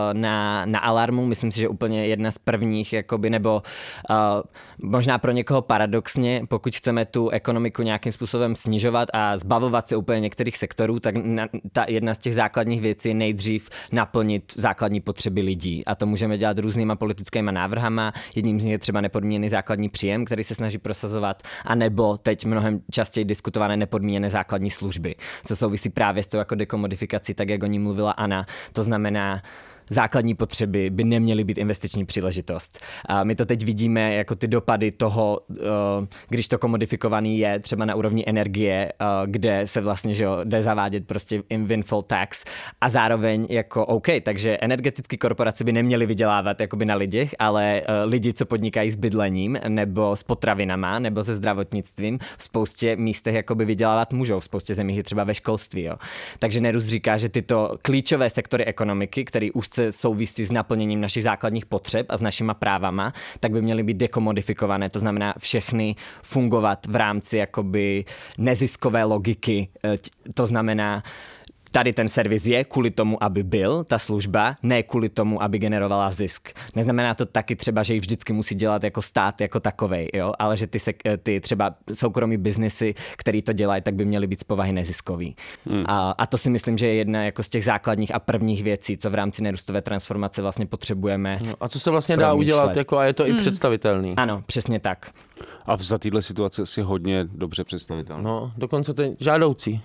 [SPEAKER 8] na Alarmu. Myslím si, že úplně jedna z prvních, jakoby, nebo možná pro někoho paradoxně, pokud chceme tu ekonomiku nějakým způsobem snižovat a zbavovat se úplně některých sektorů, tak ta jedna z těch základních věcí je nejdřív naplnit základní potřeby lidí. A to můžeme dělat různýma politickými návrhama. Jedním z nich je třeba nepodmíněný základní příjem, který se snaží prosazovat, anebo teď mnohem častěji diskutované nepodmíněné základní služby, co souvisí právě s tou jako dekomodifikací, tak jak o ní mluvila Anna. To znamená, základní potřeby by neměly být investiční příležitost. A my to teď vidíme jako ty dopady toho, když to komodifikovaný je třeba na úrovni energie, kde se vlastně že jde zavádět prostě windfall tax a zároveň jako OK, takže energetické korporace by neměly vydělávat jakoby na lidech, ale lidi, co podnikají s bydlením nebo s potravinama nebo se zdravotnictvím, v spoustě místech jakoby vydělávat můžou, v spoustě zemích je třeba ve školství. Jo. Takže Nerus říká, že tyto klíčové sektory ekonomiky, které se souvisí s naplněním našich základních potřeb a s našima právama, tak by měly být dekomodifikované. To znamená všechny fungovat v rámci jakoby neziskové logiky. To znamená, tady ten servis je kvůli tomu, aby byl ta služba, ne kvůli tomu, aby generovala zisk. Neznamená to taky třeba, že ji vždycky musí dělat jako stát jako takovej, jo? Ale že ty třeba soukromí biznesy, který to dělají, tak by měly být z povahy neziskový. A to si myslím, že je jedna jako z těch základních a prvních věcí, co v rámci nerůstové transformace vlastně potřebujeme.
[SPEAKER 6] No, a co se vlastně dá udělat, jako, a je to i představitelný.
[SPEAKER 8] Ano, přesně tak.
[SPEAKER 5] A za téhle situace si hodně dobře představitelný.
[SPEAKER 6] No, dokonce to je žádoucí.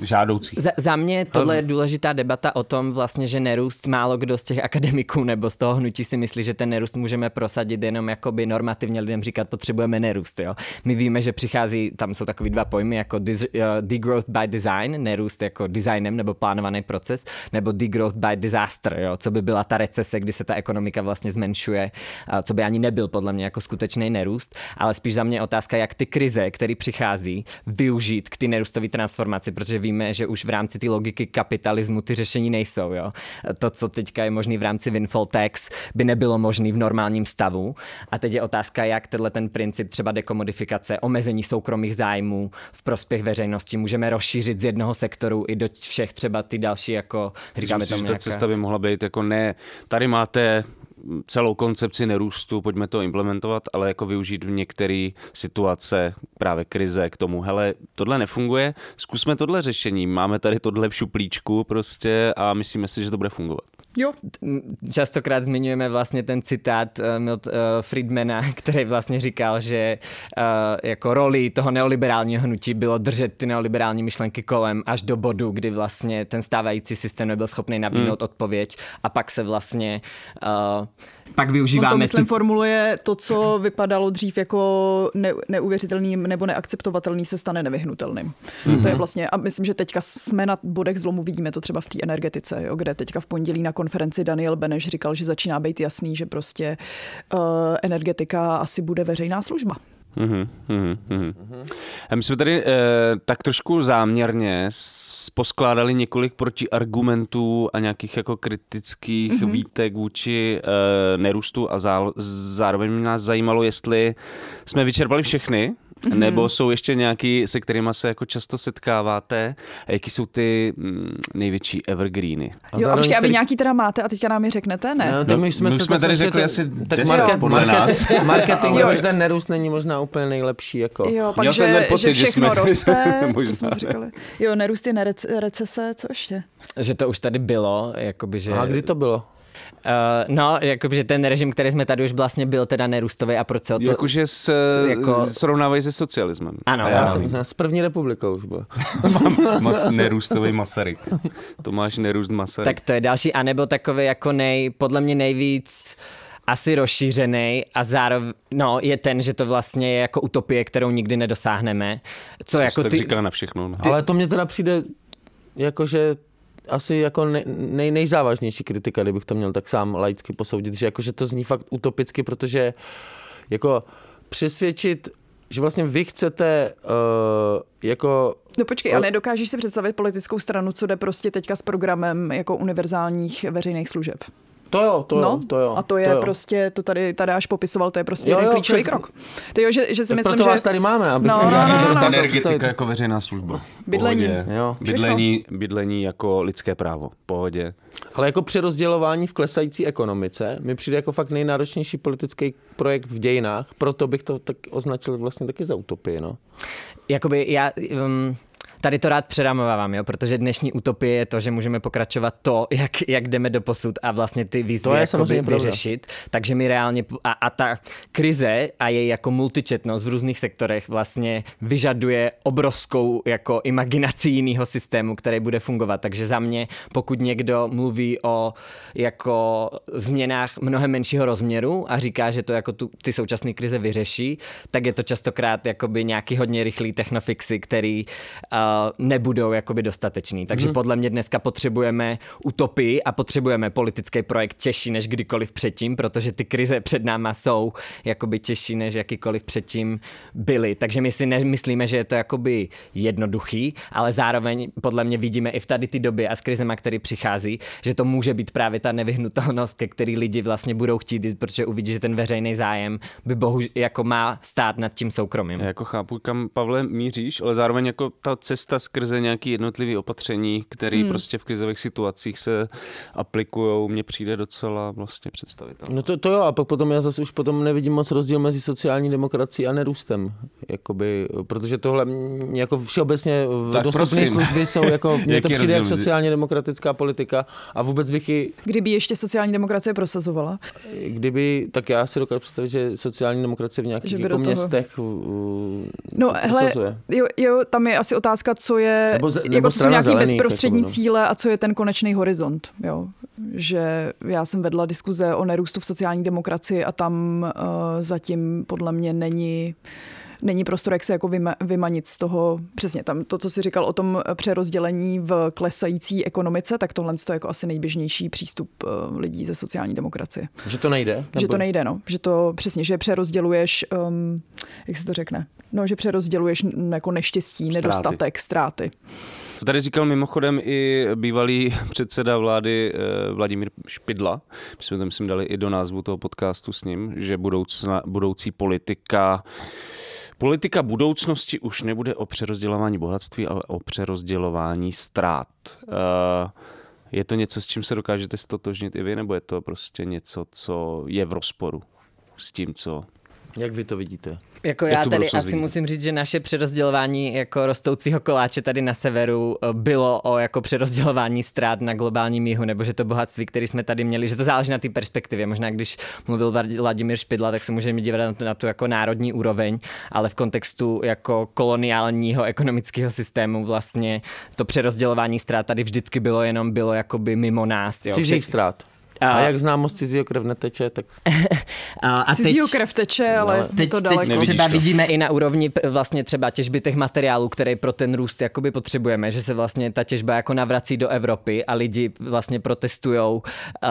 [SPEAKER 8] Za mě tohle je důležitá debata o tom vlastně, že nerůst málo kdo z těch akademiků nebo z toho hnutí si myslí, že ten nerůst můžeme prosadit jenom jakoby normativně lidem říkat, potřebujeme nerůst. Jo? My víme, že přichází, tam jsou takový dva pojmy, jako degrowth by design, nerůst jako designem nebo plánovaný proces, nebo degrowth by disaster, jo? Co by byla ta recese, kdy se ta ekonomika vlastně zmenšuje, co by ani nebyl podle mě jako skutečný nerůst, ale spíš za mě otázka, jak ty krize, které přichází, využít k ty nerůstové transformaci, protože víme, že už v rámci té logiky kapitalismu ty řešení nejsou. Jo? To, co teďka je možný v rámci windfall tax, by nebylo možný v normálním stavu. A teď je otázka, jak ten princip třeba dekomodifikace, omezení soukromých zájmů v prospěch veřejnosti můžeme rozšířit z jednoho sektoru i do všech třeba ty další, jako říkáme tomu nějaká...
[SPEAKER 5] Ta cesta by mohla být jako ne, tady máte celou koncepci nerůstu, pojďme to implementovat, ale jako využít v některé situace právě krize k tomu, hele, tohle nefunguje, zkusme tohle řešení, máme tady tohle v šuplíčku prostě a myslíme si, že to bude fungovat.
[SPEAKER 7] Jo.
[SPEAKER 8] Častokrát zmiňujeme vlastně ten citát Friedmana, který vlastně říkal, že jako roli toho neoliberálního hnutí bylo držet ty neoliberální myšlenky kolem až do bodu, kdy vlastně ten stávající systém nebyl schopný nabídnout odpověď a pak se vlastně pak využíváme...
[SPEAKER 7] On to, myslím, formuluje to, co vypadalo dřív jako neuvěřitelným nebo neakceptovatelný, se stane nevyhnutelným. To je vlastně, a myslím, že teďka jsme na bodech zlomu, vidíme to třeba v té energetice, jo, kde teďka v pondělí na konferenci Daniel Beneš říkal, že začíná být jasný, že prostě energetika asi bude veřejná služba.
[SPEAKER 5] My jsme tady tak trošku záměrně poskládali několik protiargumentů a nějakých jako kritických výtek vůči nerůstu a zároveň nás zajímalo, jestli jsme vyčerpali všechny Nebo jsou ještě nějaký, se kterými se jako často setkáváte? A jaký jsou ty největší evergreeny?
[SPEAKER 7] Jo, a počkej, a vy nějaký teda máte a teďka nám je řeknete, ne?
[SPEAKER 6] No,
[SPEAKER 5] my jsme tady řekli asi 10 podle nás.
[SPEAKER 6] Marketing, ten nerůst není možná úplně nejlepší. Jako.
[SPEAKER 7] Jo, pak, že všechno roste, to jsme říkali. Jo, nerůst je recese, co ještě?
[SPEAKER 8] Že to už tady bylo, jakoby, že...
[SPEAKER 6] A kdy to bylo?
[SPEAKER 8] No, jakože ten režim, který jsme tady už vlastně byl teda nerůstový a proč to...
[SPEAKER 5] Jakože srovnávají se socialismem.
[SPEAKER 8] Ano.
[SPEAKER 6] A já jsem s první republikou už byl.
[SPEAKER 5] Nerůstový Masaryk. Tomáš Nerůst Masaryk.
[SPEAKER 8] Tak to je další, anebo takový jako podle mě nejvíc asi rozšířený a zároveň je ten, že to vlastně je jako utopie, kterou nikdy nedosáhneme. Co jako
[SPEAKER 5] tak říká na všechno.
[SPEAKER 6] Ale to mně teda přijde jakože asi jako nejzávažnější kritika, kdybych to měl tak sám laicky posoudit, že jakože to zní fakt utopicky, protože jako přesvědčit, že vlastně vy chcete jako...
[SPEAKER 7] No počkej, a nedokážeš si představit politickou stranu, co jde prostě teďka s programem jako univerzálních veřejných služeb?
[SPEAKER 6] To jo.
[SPEAKER 7] A to je prostě, to tady až popisoval, to je prostě jeden klíčový krok. Tyjo, že si myslím,
[SPEAKER 6] proto
[SPEAKER 7] že...
[SPEAKER 6] vás tady máme, aby...
[SPEAKER 5] Energetika jako veřejná služba. Bydlení jako lidské právo. Pohodě.
[SPEAKER 6] Ale jako přerozdělování v klesající ekonomice mi přijde jako fakt nejnáročnější politický projekt v dějinách, proto bych to tak označil vlastně taky za utopii, no.
[SPEAKER 8] Jakoby já... Tady to rád přerámovávám, jo, protože dnešní utopie je to, že můžeme pokračovat to, jak jdeme do posud a vlastně ty výzvy vyřešit. Takže my reálně, a ta krize a její jako multičetnost v různých sektorech vlastně vyžaduje obrovskou jako imaginaci jiného systému, který bude fungovat. Takže za mě, pokud někdo mluví o jako změnách mnohem menšího rozměru a říká, že to jako ty současné krize vyřeší, tak je to častokrát jakoby nějaký hodně rychlý technofixy, který nebudou jakoby dostatečný. Takže podle mě dneska potřebujeme utopii a potřebujeme politický projekt těžší než kdykoliv předtím, protože ty krize před náma jsou jakoby těžší než jakýkoliv předtím byly. Takže my si nemyslíme, že je to jakoby jednoduchý, ale zároveň podle mě vidíme i v tady ty době a s krizema, který přichází, že to může být právě ta nevyhnutelnost, ke který lidi vlastně budou chtít jít, protože uvidí, že ten veřejný zájem by bohužel jako má stát nad tím soukromým.
[SPEAKER 5] Já jako chápu, kam, Pavle, míříš, ale zároveň jako ta cesta skrze nějaké jednotlivé opatření, které prostě v krizových situacích se aplikujou, mně přijde docela vlastně představitelné.
[SPEAKER 6] No to jo, a pak potom já zase už potom nevidím moc rozdíl mezi sociální demokracií a nerůstem, jakoby, protože tohle jako všeobecně dostupné služby jsou jako, mně to přijde jak sociálně demokratická politika a vůbec bych ji...
[SPEAKER 7] Kdyby ještě sociální demokracie prosazovala?
[SPEAKER 6] Kdyby, tak já si dokážu představit, že sociální demokracie v nějakých jako městech
[SPEAKER 7] no hele, jo, tam je asi otázka, co je, jako co jsou nějaký bezprostřední cíle a co je ten konečný horizont. Jo. Že já jsem vedla diskuze o nerůstu v sociální demokracii a tam zatím podle mě není prostor, jak se jako vymanit z toho, přesně tam to, co jsi říkal o tom přerozdělení v klesající ekonomice, tak tohle je jako asi nejběžnější přístup lidí ze sociální demokracie.
[SPEAKER 6] Že to nejde? Nebo...
[SPEAKER 7] Že to nejde, no. Že to přesně, že přerozděluješ, jak se to řekne? No, že přerozděluješ jako neštěstí, nedostatek, ztráty.
[SPEAKER 5] To tady říkal mimochodem i bývalý předseda vlády Vladimír Špidla. My jsme to, myslím, dali i do názvu toho podcastu s ním, že budoucí politika budoucnosti už nebude o přerozdělování bohatství, ale o přerozdělování ztrát. Je to něco, s čím se dokážete ztotožnit i vy, nebo je to prostě něco, co je v rozporu s tím, co...
[SPEAKER 6] Jak vy to vidíte?
[SPEAKER 8] Jako já tady asi musím říct, že naše přerozdělování jako rostoucího koláče tady na severu bylo o jako přerozdělování ztrát na globálním jihu, nebo že to bohatství, které jsme tady měli, že to záleží na té perspektivě. Možná když mluvil Vladimír Špidla, tak se můžeme dívat na tu jako národní úroveň, ale v kontextu jako koloniálního ekonomického systému vlastně to přerozdělování ztrát tady vždycky bylo jakoby mimo nás.
[SPEAKER 6] Cizích ztrát. A jak známost cizího krev neteče, tak...
[SPEAKER 7] Cizího krev teče, ale
[SPEAKER 8] teď,
[SPEAKER 7] to daleko.
[SPEAKER 8] Teď třeba vidíme i na úrovni vlastně třeba těžby těch materiálů, které pro ten růst jakoby potřebujeme, že se vlastně ta těžba jako navrací do Evropy a lidi vlastně protestujou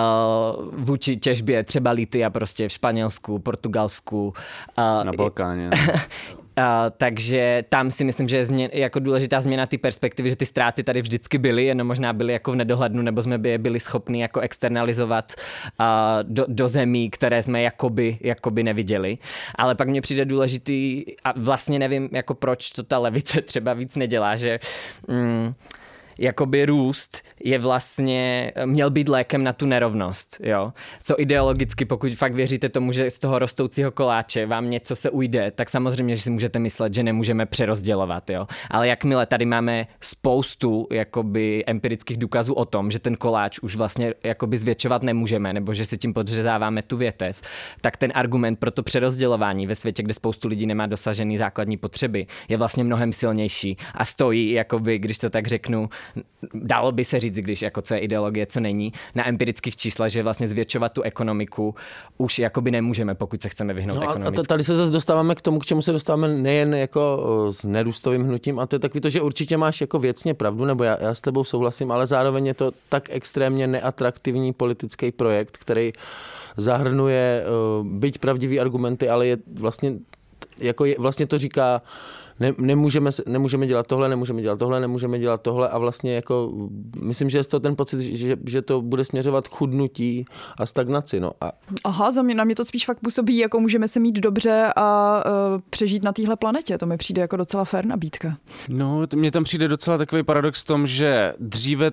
[SPEAKER 8] vůči těžbě třeba litia prostě v Španělsku, Portugalsku.
[SPEAKER 5] Na Balkáně.
[SPEAKER 8] Takže tam si myslím, že je jako důležitá změna ty perspektivy, že ty ztráty tady vždycky byly, jenom možná byly jako v nedohlednu, nebo jsme byli schopni jako externalizovat do zemí, které jsme jakoby neviděli. Ale pak mně přijde důležitý, a vlastně nevím, jako proč to ta levice třeba víc nedělá, že jakoby růst je vlastně, měl být lékem na tu nerovnost, jo. Co ideologicky, pokud fakt věříte tomu, že z toho rostoucího koláče vám něco se ujde, tak samozřejmě, že si můžete myslet, že nemůžeme přerozdělovat, jo. Ale jakmile tady máme spoustu jakoby empirických důkazů o tom, že ten koláč už vlastně jakoby zvětšovat nemůžeme, nebo že si tím podřezáváme tu větev, tak ten argument pro to přerozdělování ve světě, kde spoustu lidí nemá dosažený základní potřeby, je vlastně mnohem silnější a stojí, jakoby, když to tak řeknu, dalo by se říct, když jako co je ideologie, co není, na empirických číslech, že vlastně zvětšovat tu ekonomiku už jakoby nemůžeme, pokud se chceme vyhnout ekonomicky.
[SPEAKER 6] A tady se zase dostáváme k tomu, k čemu se dostáváme nejen jako s nerůstovým hnutím, a to je takový to, že určitě máš jako věcně pravdu, nebo já s tebou souhlasím, ale zároveň je to tak extrémně neatraktivní politický projekt, který zahrnuje byť pravdivý argumenty, ale je vlastně vlastně to říká, nemůžeme dělat tohle, nemůžeme dělat tohle a vlastně jako myslím, že je to ten pocit, že to bude směřovat k chudnutí a stagnaci. No.
[SPEAKER 7] Aha, na mě to spíš fakt působí, jako můžeme se mít dobře a přežít na téhle planetě. To mi přijde jako docela fair nabídka.
[SPEAKER 5] No, mně tam přijde docela takový paradox v tom, že dříve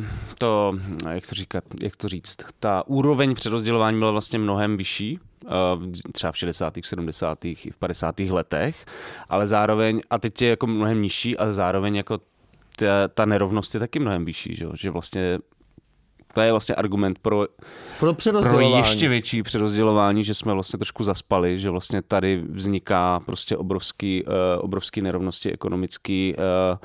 [SPEAKER 5] jak to říct, ta úroveň přerozdělování byla vlastně mnohem vyšší, třeba v 60., 70. i v 50. letech, ale zároveň, a teď je jako mnohem nižší, ale zároveň jako ta nerovnost je taky mnohem vyšší, že vlastně to je vlastně argument pro ještě větší přerozdělování, že jsme vlastně trošku zaspali, že vlastně tady vzniká prostě obrovský nerovnosti ekonomický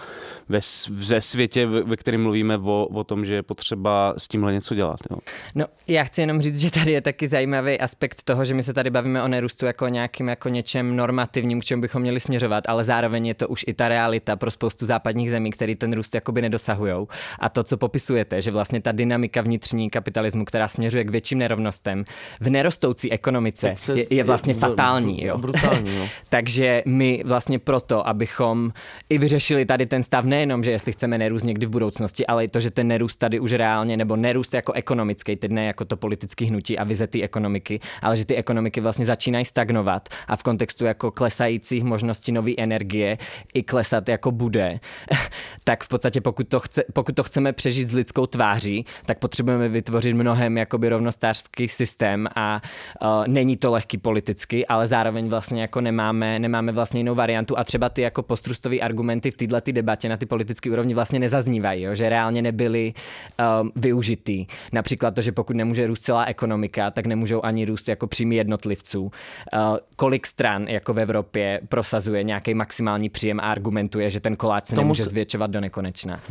[SPEAKER 5] ve světě, ve kterém mluvíme o tom, že je potřeba s tímhle něco dělat. Jo.
[SPEAKER 8] No, já chci jenom říct, že tady je taky zajímavý aspekt toho, že my se tady bavíme o nerůstu jako nějakým jako něčem normativním, k čemu bychom měli směřovat, ale zároveň je to už i ta realita pro spoustu západních zemí, který ten růst jakoby nedosahujou. A to, co popisujete, že vlastně ta dynamika vnitřní kapitalismu, která směřuje k větším nerovnostem, v nerostoucí ekonomice je vlastně fatální. Jo.
[SPEAKER 6] Brutální, jo.
[SPEAKER 8] Takže my vlastně proto, abychom i vyřešili tady ten stav, nejenom, že jestli chceme nerůst někdy v budoucnosti, ale i to, že ten nerůst tady už reálně, nebo nerůst jako ekonomický, teď ne jako to politické hnutí a vize té ekonomiky, ale že ty ekonomiky vlastně začínají stagnovat a v kontextu jako klesajících možností nové energie i klesat jako bude, tak v podstatě pokud to chceme přežít s lidskou tváří, tak potřebujeme vytvořit mnohem jakoby rovnostářský systém a není to lehký politicky, ale zároveň vlastně jako nemáme vlastně jinou variantu a třeba ty jako postrustový argumenty v této debatě na ty politické úrovni vlastně nezaznívají, jo? Že reálně nebyly využitý. Například to, že pokud nemůže růst celá ekonomika, tak nemůžou ani růst jako příjmy jednotlivců. Kolik stran jako v Evropě prosazuje nějaký maximální příjem a argumentuje, že ten koláč se nemůže zvětšovat do nekonečna.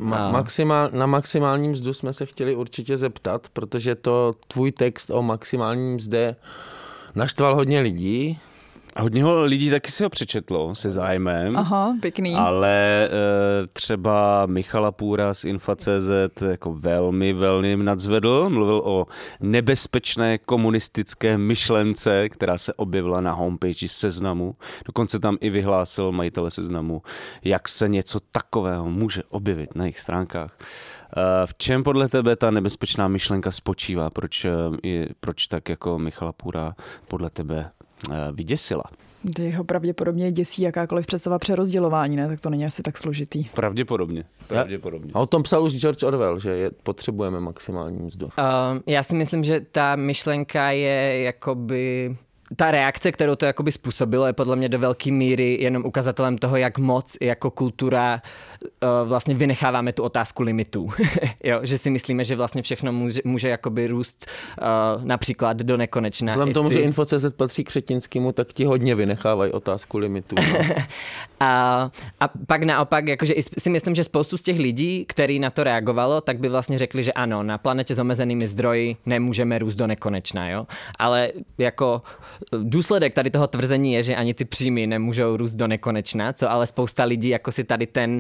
[SPEAKER 6] Na maximální mzdu jsme se chtěli určitě zeptat, protože to tvůj text o maximální mzdě naštval hodně lidí.
[SPEAKER 5] A hodně lidí taky si ho přečetlo se zájmem.
[SPEAKER 7] Aha, pěkný.
[SPEAKER 5] Ale třeba Michala Půra z Infa.cz jako velmi nadzvedl. Mluvil o nebezpečné komunistické myšlence, která se objevila na homepage Seznamu. Dokonce tam i vyhlásil majitele Seznamu, jak se něco takového může objevit na jejich stránkách. V čem podle tebe ta nebezpečná myšlenka spočívá? Proč tak jako Michala Půra podle tebe vyděsila?
[SPEAKER 7] Jeho pravděpodobně děsí jakákoliv představa přerozdělování, ne? Tak to není asi tak složitý.
[SPEAKER 5] Pravděpodobně.
[SPEAKER 6] A o tom psal už George Orwell, že potřebujeme maximální mzdu.
[SPEAKER 8] Já si myslím, že ta myšlenka je jakoby... Ta reakce, kterou to jakoby způsobilo, je podle mě do velké míry jenom ukazatelem toho, jak moc jako kultura vlastně vynecháváme tu otázku limitů. Jo, že si myslíme, že vlastně všechno může jakoby růst například do nekonečna.
[SPEAKER 6] Vzhledem tomu, že Info.cz patří Křetinskému, tak ti hodně vynechávají otázku limitů. No.
[SPEAKER 8] A pak naopak, jakože si myslím, že spoustu z těch lidí, který na to reagovalo, tak by vlastně řekli, že ano, na planetě s omezenými zdroji nemůžeme růst do nekonečna, jo. Ale jako důsledek tady toho tvrzení je, že ani ty příjmy nemůžou růst do nekonečna, co ale spousta lidí jako si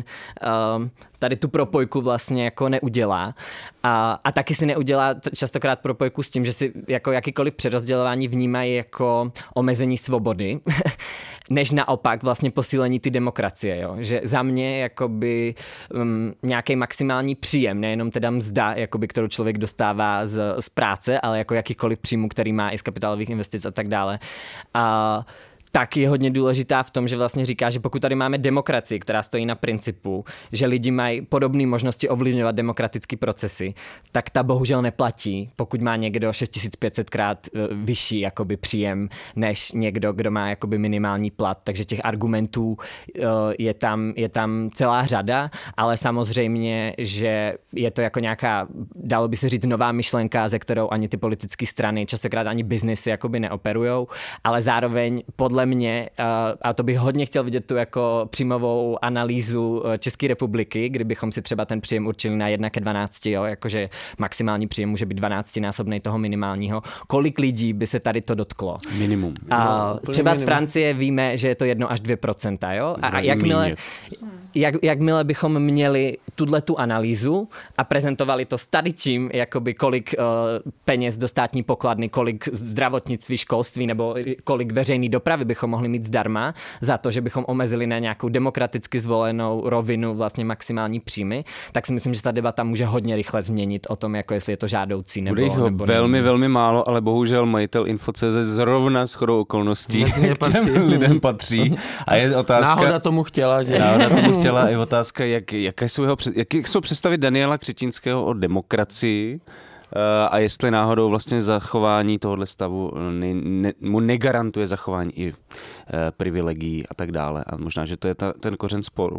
[SPEAKER 8] tady tu propojku vlastně jako neudělá. A taky si neudělá častokrát propojku s tím, že si jako jakýkoliv přerozdělování vnímají jako omezení svobody. než naopak vlastně posílení ty demokracie, jo? Že za mě jakoby nějaký maximální příjem, nejenom teda mzda, jakoby, kterou člověk dostává z práce, ale jako jakýkoliv příjmu, který má i z kapitálových investic a tak dále. Tak je hodně důležitá v tom, že vlastně říká, že pokud tady máme demokracii, která stojí na principu, že lidi mají podobné možnosti ovlivňovat demokratické procesy, tak ta bohužel neplatí, pokud má někdo 6500krát vyšší jakoby příjem než někdo, kdo má jakoby minimální plat. Takže těch argumentů je tam celá řada, ale samozřejmě, že je to jako nějaká, dalo by se říct, nová myšlenka, ze kterou ani ty politické strany, častokrát ani biznesy jakoby neoperujou, ale zároveň podle mě, a to bych hodně chtěl vidět tu jako příjmovou analýzu České republiky, kdybychom si třeba ten příjem určili na 1:12, jo, jakože maximální příjem může být 12násobnej toho minimálního. Kolik lidí by se tady to dotklo?
[SPEAKER 5] Minimum.
[SPEAKER 8] Třeba z Francie víme, že je to 1 až 2%, jo? A jakmile bychom měli tu analýzu a prezentovali to s tady tím, jakoby kolik peněz do státní pokladny, kolik zdravotnictví, školství nebo kolik veřejné dopravy bychom mohli mít zdarma za to, že bychom omezili na nějakou demokraticky zvolenou rovinu vlastně maximální příjmy, tak si myslím, že ta debata může hodně rychle změnit o tom, jako jestli je to žádoucí nebo
[SPEAKER 5] bude jich velmi málo, ale bohužel majitel Info.cz zrovna shodou okolností k těm lidem patří. A je otázka...
[SPEAKER 6] Náhoda tomu chtěla, že?
[SPEAKER 5] Náhoda tomu chtěla i otázka, jak jsou představy Daniela Křetínského o demokracii a jestli náhodou vlastně zachování tohohle stavu mu negarantuje zachování i privilegií a tak dále. A možná, že to je ten kořen sporu.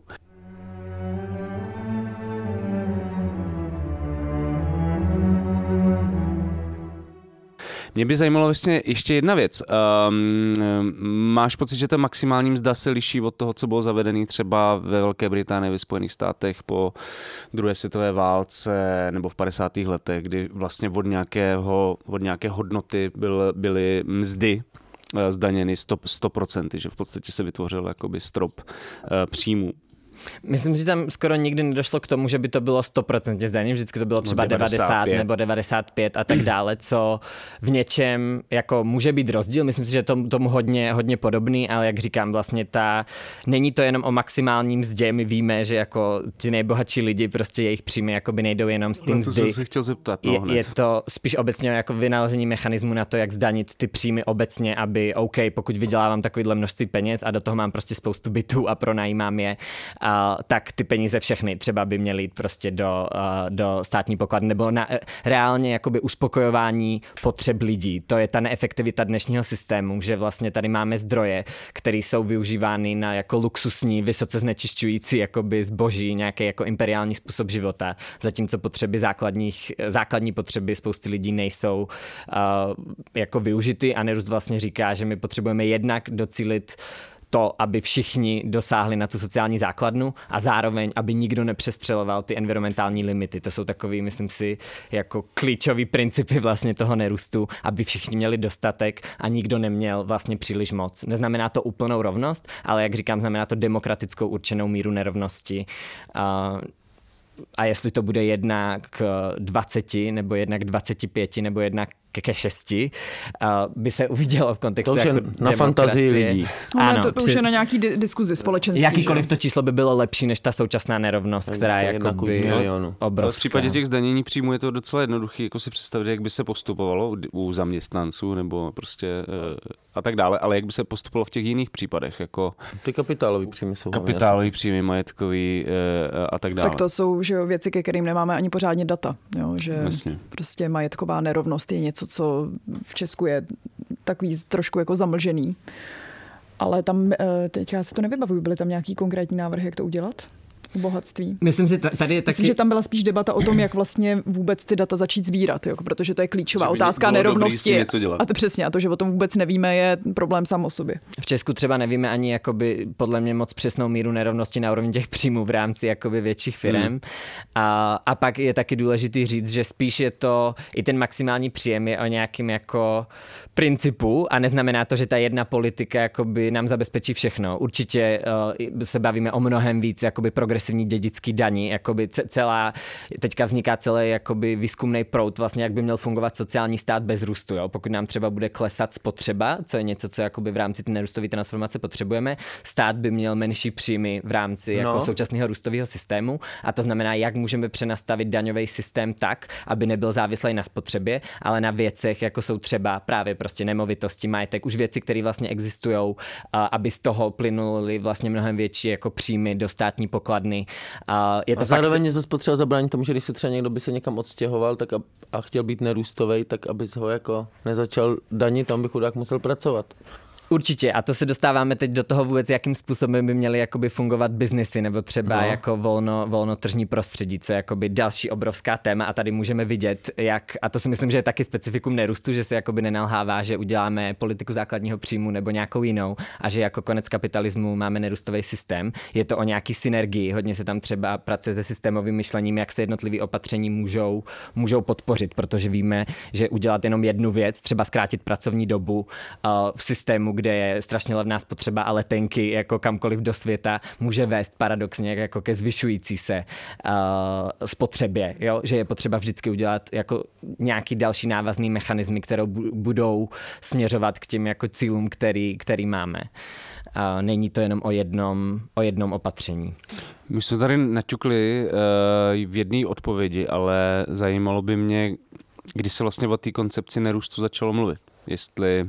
[SPEAKER 5] Mě by zajímalo vlastně ještě jedna věc. Máš pocit, že ta maximální mzda se liší od toho, co bylo zavedený třeba ve Velké Británii, ve Spojených státech po druhé světové válce nebo v 50. letech, kdy vlastně od nějaké hodnoty byly mzdy zdaněny 100%, že v podstatě se vytvořil jakoby strop příjmů.
[SPEAKER 8] Myslím, že tam skoro nikdy nedošlo k tomu, že by to bylo 100% zdanění, vždycky to bylo třeba 90 nebo 95 a tak dále, co v něčem jako může být rozdíl. Myslím si, že tomu hodně podobný, ale jak říkám, vlastně není to jenom o maximální mzdě, my víme, že jako ti nejbohatší lidi, prostě jejich příjmy jakoby nejdou jenom z té mzdy.
[SPEAKER 5] To se chtěl zeptat,
[SPEAKER 8] je to spíš obecně jako vynalezení mechanismu na to, jak zdanit ty příjmy obecně, aby pokud vydělávám takovýhle množství peněz a do toho mám prostě spoustu bytů a pronajímám je, tak ty peníze všechny třeba by měly jít prostě do státní pokladny nebo na reálně jakoby uspokojování potřeb lidí. To je ta neefektivita dnešního systému, že vlastně tady máme zdroje, které jsou využívány na jako luxusní, vysoce znečišťující jakoby zboží, nějaký jako imperiální způsob života, zatímco potřeby základní potřeby spousty lidí nejsou jako využity a Nerůst vlastně říká, že my potřebujeme jednak docílit to, aby všichni dosáhli na tu sociální základnu a zároveň, aby nikdo nepřestřeloval ty environmentální limity. To jsou takový, myslím si, jako klíčový principy vlastně toho nerůstu, aby všichni měli dostatek a nikdo neměl vlastně příliš moc. Neznamená to úplnou rovnost, ale jak říkám, znamená to demokratickou určenou míru nerovnosti. A jestli to bude 1 k 20, nebo 1 k 25, nebo 1 ke 6, by se uvidělo v kontextu
[SPEAKER 6] to
[SPEAKER 8] jako
[SPEAKER 6] na fantazii lidí.
[SPEAKER 7] Ano, to už je na nějaký diskuzi společenský.
[SPEAKER 8] Jakýkoliv to číslo by bylo lepší než ta současná nerovnost, která je jakoby obrovská.
[SPEAKER 5] V případě těch zdanění příjmu je to docela jednoduché, jako si představit, jak by se postupovalo u zaměstnanců nebo prostě a tak dále, ale jak by se postupovalo v těch jiných případech, jako
[SPEAKER 6] ty kapitálový příjmy jsou
[SPEAKER 5] kapitálový příjmy, majetkový a tak dále.
[SPEAKER 7] Tak to jsou že věci, ke kterým nemáme ani pořádně data, jo, že
[SPEAKER 5] Jasně.
[SPEAKER 7] prostě majetková nerovnost je něco, co v Česku je takový trošku jako zamlžený. Ale tam, teď já si to nevybavuju, byly tam nějaký konkrétní návrhy, jak to udělat? Bohatství.
[SPEAKER 8] Myslím si, tady je taky...
[SPEAKER 7] Myslím, že tam byla spíš debata o tom, jak vlastně vůbec ty data začít sbírat, jo, protože to je klíčová otázka nerovnosti. A to přesně, a to, že o tom vůbec nevíme, je problém sám o sobě.
[SPEAKER 8] V Česku třeba nevíme ani jakoby, podle mě moc přesnou míru nerovnosti na úrovni těch příjmů v rámci jakoby větších firem. A pak je taky důležitý říct, že spíš je to, i ten maximální příjem je o nějakým jako principu a neznamená to, že ta jedna politika jakoby nám zabezpečí všechno. Určitě se bavíme o mnohem víc jakoby progresivních progresivní dědický daní, jakoby teďka vzniká celý jakoby výzkumný proud, vlastně jak by měl fungovat sociální stát bez růstu, jo? Pokud nám třeba bude klesat spotřeba, co je něco, co jakoby v rámci té nerůstové transformace potřebujeme, stát by měl menší příjmy v rámci jako současného růstového systému, a to znamená, jak můžeme přenastavit daňový systém tak, aby nebyl závislý na spotřebě, ale na věcech, jako jsou třeba právě prostě nemovitosti, majetek, už věci, které vlastně existují, aby z toho plynuly vlastně mnohem větší jako příjmy do státní pokladny. Je to
[SPEAKER 6] zároveň je zase potřeba zabránit tomu, že když se třeba někdo by se někam odstěhoval tak a chtěl být nerůstovej, tak aby ho jako nezačal danit, tam by chudák musel pracovat.
[SPEAKER 8] Určitě, a to se dostáváme teď do toho vůbec, jakým způsobem by měly jakoby fungovat biznesy nebo třeba jako volnotržní prostředí, co je jakoby další obrovská téma, a tady můžeme vidět, jak, a to si myslím, že je taky specifikum nerůstu, že se jakoby nenalhává, že uděláme politiku základního příjmu nebo nějakou jinou a že jako konec kapitalismu máme nerůstový systém. Je to o nějaký synergii, hodně se tam třeba pracuje se systémovým myšlením, jak se jednotlivé opatření můžou podpořit, protože víme, že udělat jenom jednu věc, třeba zkrátit pracovní dobu v systému, kde je strašně levná spotřeba a letenky jako kamkoliv do světa, může vést paradoxně jako ke zvyšující se spotřebě, jo? Že je potřeba vždycky udělat jako nějaký další návazný mechanismy, které budou směřovat k těm jako cílům, který máme. Není to jenom o jednom opatření.
[SPEAKER 5] My jsme tady naťukli v jedné odpovědi, ale zajímalo by mě, kdy se vlastně o té koncepci nerůstu začalo mluvit. Jestli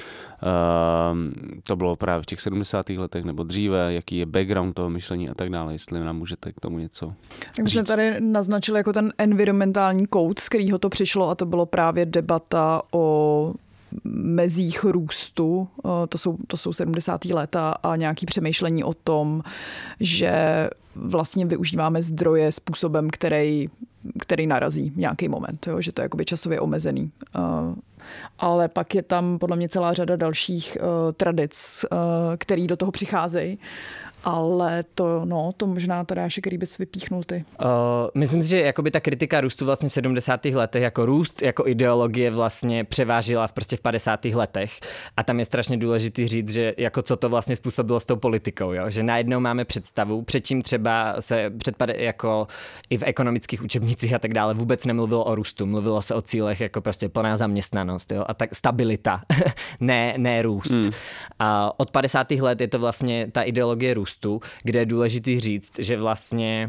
[SPEAKER 5] to bylo právě v těch 70. letech nebo dříve, jaký je background toho myšlení a tak dále, jestli nám můžete k tomu něco
[SPEAKER 7] tak jsme tady naznačili jako ten environmentální kód, z kterého to přišlo, a to bylo právě debata o mezích růstu, to jsou 70. léta, a nějaké přemýšlení o tom, že vlastně využíváme zdroje způsobem, který narazí v nějaký moment, jo? Že to je jakoby časově omezený. Ale pak je tam podle mě celá řada dalších tradic, který do toho přicházejí. Ale to možná Tadáši, který bys vypíchnul ty.
[SPEAKER 8] Myslím si, že jakoby ta kritika růstu vlastně v 70. letech jako růst, jako ideologie vlastně převážila v 50. letech. A tam je strašně důležitý říct, že jako co to vlastně způsobilo s tou politikou, jo? Že najednou máme představu, předtím třeba se jako i v ekonomických učebnicích a tak dále vůbec nemluvilo o růstu, mluvilo se o cílech jako prostě plná zaměstnanost, jo? A tak stabilita, ne růst. A od 50. let je to vlastně ta ideologie růstu, kde je důležitý říct, že vlastně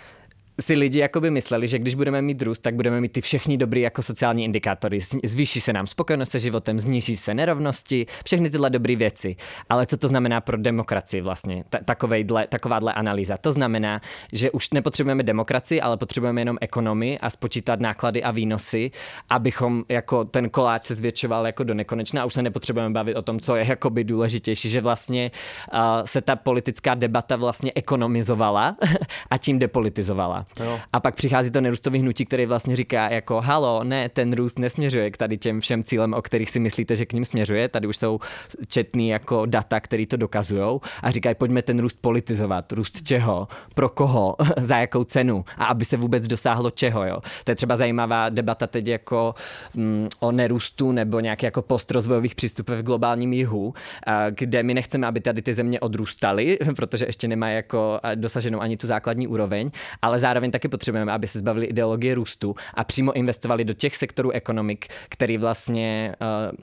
[SPEAKER 8] si lidi jakoby mysleli, že když budeme mít růst, tak budeme mít ty všechny dobrý jako sociální indikátory. Zvýší se nám spokojenost se životem, zníží se nerovnosti, všechny tyhle dobré věci. Ale co to znamená pro demokracii vlastně? Takováhle analýza. To znamená, že už nepotřebujeme demokracii, ale potřebujeme jenom ekonomii a spočítat náklady a výnosy, abychom jako ten koláč se zvětšoval jako do nekonečna, a už se nepotřebujeme bavit o tom, co je jakoby důležitější, že vlastně se ta politická debata vlastně ekonomizovala a tím depolitizovala. Jo. A pak přichází to nerůstový hnutí, který vlastně říká jako halo, ne, ten růst nesměřuje k tady těm všem cílem, o kterých si myslíte, že k ním směřuje. Tady už jsou četný jako data, který to dokazujou, a říkají, pojďme ten růst politizovat. Růst čeho? Pro koho? Za jakou cenu? A aby se vůbec dosáhlo čeho, jo? To je třeba zajímavá debata teď jako o nerůstu nebo nějaký jako postrozvojových přístupech v globálním jihu, kde my nechceme, aby tady ty země odrůstaly, protože ještě nemají jako dosaženou ani tu základní úroveň, ale zároveň taky potřebujeme, aby se zbavili ideologie růstu a přímo investovali do těch sektorů ekonomik, který vlastně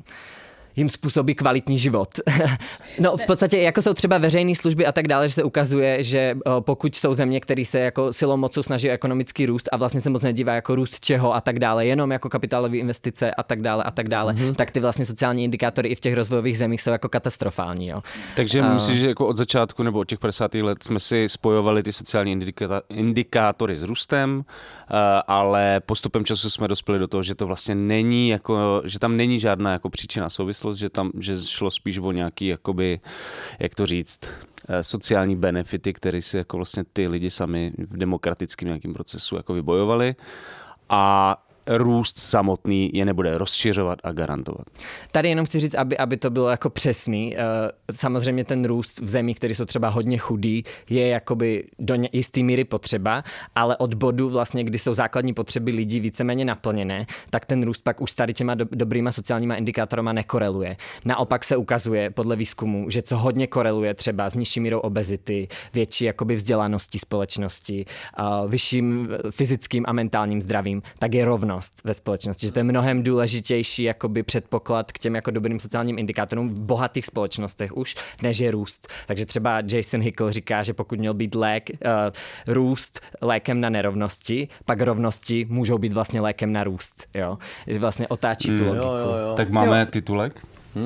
[SPEAKER 8] jim způsobí kvalitní život. No v podstatě jako jsou třeba veřejné služby a tak dále, že se ukazuje, že pokud jsou země, které se jako silou mocou snaží o ekonomický růst a vlastně se moc nedívá jako růst čeho a tak dále, jenom jako kapitálové investice a tak dále, tak ty vlastně sociální indikátory i v těch rozvojových zemích jsou jako katastrofální. Jo.
[SPEAKER 5] Takže myslím, že jako od začátku nebo od těch 50. let jsme si spojovali ty sociální indikátory s růstem, ale postupem času jsme dospěli do toho, že to vlastně není jako, že tam není žádná jako příčina souvislost, že šlo spíš o nějaký, jakoby, jak to říct, sociální benefity, které si jako vlastně ty lidi sami v demokratickém nějakém procesu jako vybojovali. A růst samotný je nebude rozšiřovat a garantovat.
[SPEAKER 8] Tady jenom chci říct, aby to bylo jako přesný. Samozřejmě ten růst v zemích, které jsou třeba hodně chudý, je jakoby do jistý míry potřeba, ale od bodu vlastně, kdy jsou základní potřeby lidí víceméně naplněné, tak ten růst pak už s tady těma dobrýma sociálníma indikátorama nekoreluje. Naopak se ukazuje podle výzkumu, že co hodně koreluje třeba s nižší mírou obezity, větší jakoby vzdělaností společnosti, vyšším fyzickým a mentálním zdravím, tak je rovnost ve společnosti. Že to je mnohem důležitější jakoby předpoklad k těm jako dobrým sociálním indikátorům v bohatých společnostech už, než je růst. Takže třeba Jason Hickel říká, že pokud měl být růst lékem na nerovnosti, pak rovnosti můžou být vlastně lékem na růst. Jo? Vlastně otáčí tu logiku.
[SPEAKER 6] Jo.
[SPEAKER 5] Tak máme titulek?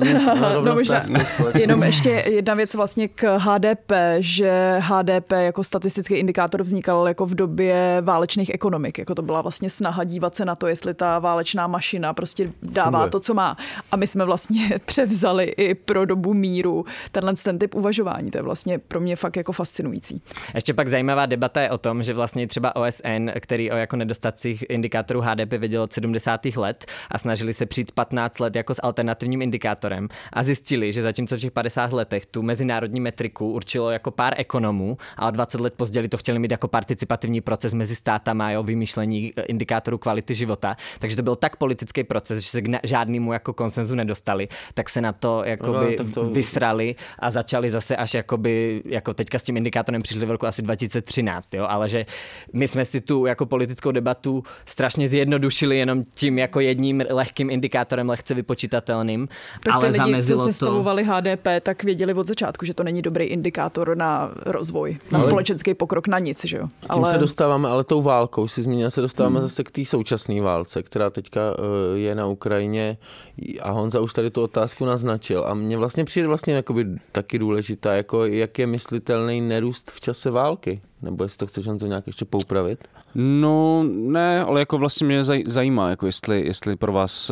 [SPEAKER 7] No možná jenom ještě jedna věc vlastně k HDP, že HDP jako statistický indikátor vznikal jako v době válečných ekonomik, jako to byla vlastně snaha dívat se na to, jestli ta válečná mašina prostě dává to, co má. A my jsme vlastně převzali i pro dobu míru ten typ uvažování. To je vlastně pro mě fakt jako fascinující.
[SPEAKER 8] Ještě pak zajímavá debata je o tom, že vlastně třeba OSN, který o jako nedostacích indikátorů HDP věděl od 70. let a snažili se přijít 15 let jako s alternativním indikátorem a zjistili, že zatímco v těch 50 letech tu mezinárodní metriku určilo jako pár ekonomů a o 20 let později to chtěli mít jako participativní proces mezi státama, jo, vymýšlení indikátorů kvality života, takže to byl tak politický proces, že se k žádnému jako konsenzu nedostali, tak se na to jakoby vysrali a začali zase až jakoby, jako teďka s tím indikátorem přišli v roku asi 2013, jo, ale že my jsme si tu jako politickou debatu strašně zjednodušili jenom tím jako jedním lehkým indikátorem, lehce vypočitatelným.
[SPEAKER 7] Tak
[SPEAKER 8] ale
[SPEAKER 7] ty lidi, co
[SPEAKER 8] to...
[SPEAKER 7] sestavovali HDP, tak věděli od začátku, že to není dobrý indikátor na rozvoj, na společenský pokrok, na nic, že jo.
[SPEAKER 6] Tím se dostáváme, ale tou válkou, si zmínila, se dostáváme zase k té současné válce, která teďka je na Ukrajině a Honza už tady tu otázku naznačil a mně vlastně přijde vlastně jakoby taky důležitá, jako jak je myslitelný nerůst v čase války. Nebo jestli to chceš to nějak ještě poupravit?
[SPEAKER 5] No ne, ale jako vlastně mě zajímá, jako jestli pro vás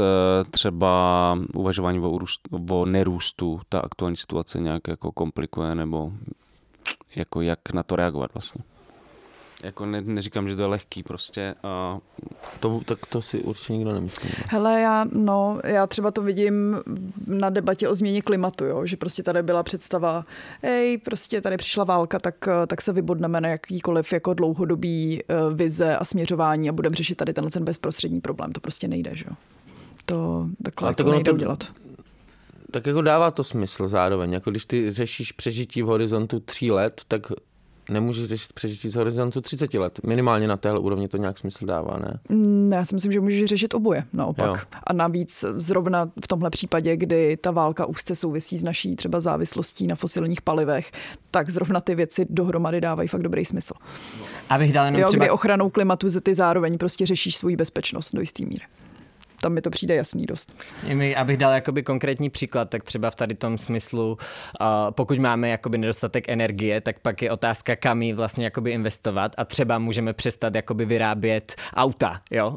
[SPEAKER 5] třeba uvažování o nerůstu ta aktuální situace nějak jako komplikuje, nebo jako jak na to reagovat vlastně. Jako neříkám, že to je lehký prostě.
[SPEAKER 6] Tak to si určitě nikdo nemyslí.
[SPEAKER 7] Hele, já třeba to vidím na debatě o změně klimatu, jo? Že prostě tady byla představa, prostě tady přišla válka, tak se vybodneme na jakýkoliv jako dlouhodobý vize a směřování a budeme řešit tady ten bezprostřední problém. To prostě nejde, že jo. To takhle jako nejde udělat.
[SPEAKER 6] Tak jako dává to smysl zároveň. Jako když ty řešíš přežití v horizontu 3 let, tak nemůžeš řešit přežití z horizontu 30 let. Minimálně na téhle úrovni to nějak smysl dává, ne?
[SPEAKER 7] Já si myslím, že můžeš řešit oboje, naopak. Jo. A navíc zrovna v tomhle případě, kdy ta válka úzce souvisí s naší třeba závislostí na fosilních palivech, tak zrovna ty věci dohromady dávají fakt dobrý smysl.
[SPEAKER 8] Abych dal jenom třeba...
[SPEAKER 7] Kdy ochranou klimatu ty zároveň prostě řešíš svou bezpečnost do jistý míry. Tam mi to přijde jasný dost.
[SPEAKER 8] Abych dal jakoby konkrétní příklad, tak třeba v tady tom smyslu, pokud máme jakoby nedostatek energie, tak pak je otázka, kam ji vlastně jakoby investovat a třeba můžeme přestat jakoby vyrábět auta, jo?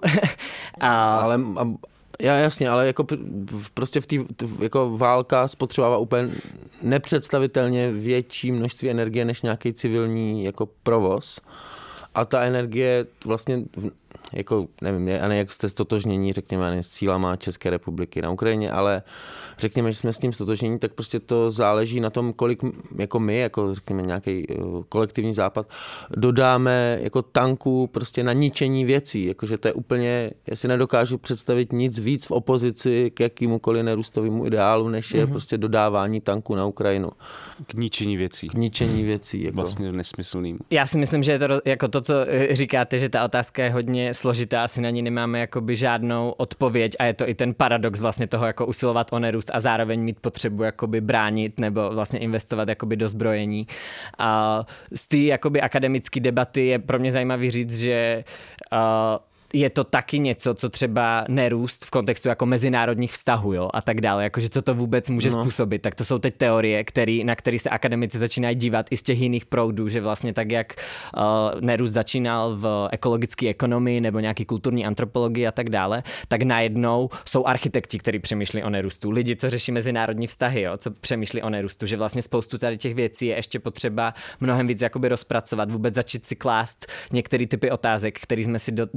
[SPEAKER 6] Jasně, ale jako prostě jako válka spotřebává úplně nepředstavitelně větší množství energie než nějaký civilní jako provoz. A ta energie vlastně, jako nevím, jak jste stotožnění, řekněme, s cílama České republiky na Ukrajině, ale řekněme, že jsme s tím stotožnění, tak prostě to záleží na tom, kolik jako my, jako řekněme nějaký kolektivní západ, dodáme jako tanků prostě na ničení věcí. Jakože to je úplně, já si nedokážu představit nic víc v opozici k jakýmukoliv nerůstovému ideálu, než je prostě dodávání tanků na Ukrajinu.
[SPEAKER 5] K ničení věcí.
[SPEAKER 6] K ničení věcí. Jako.
[SPEAKER 5] Vlastně nesmyslným.
[SPEAKER 8] Já si myslím, že je to jako to, co říkáte, že ta otázka je hodně složitá, asi na ní nemáme jakoby žádnou odpověď a je to i ten paradox vlastně toho jako usilovat o nerůst a zároveň mít potřebu jakoby bránit nebo vlastně investovat jakoby do zbrojení. A z té jakoby akademické debaty je pro mě zajímavý říct, že je to taky něco, co třeba nerůst v kontextu jako mezinárodních vztahů, jo, a tak dále, jakože co to vůbec může způsobit. Tak to jsou teď teorie, na které se akademici začínají dívat i z těch jiných proudů, že vlastně tak, jak nerůst začínal v ekologické ekonomii nebo nějaký kulturní antropologii a tak dále, tak najednou jsou architekti, kteří přemýšlí o nerůstu. Lidi, co řeší mezinárodní vztahy, jo, co přemýšlí o nerůstu, že vlastně spoustu tady těch věcí je ještě potřeba mnohem víc jakoby rozpracovat, vůbec začít si klást některé typy otázek, které jsme si doposud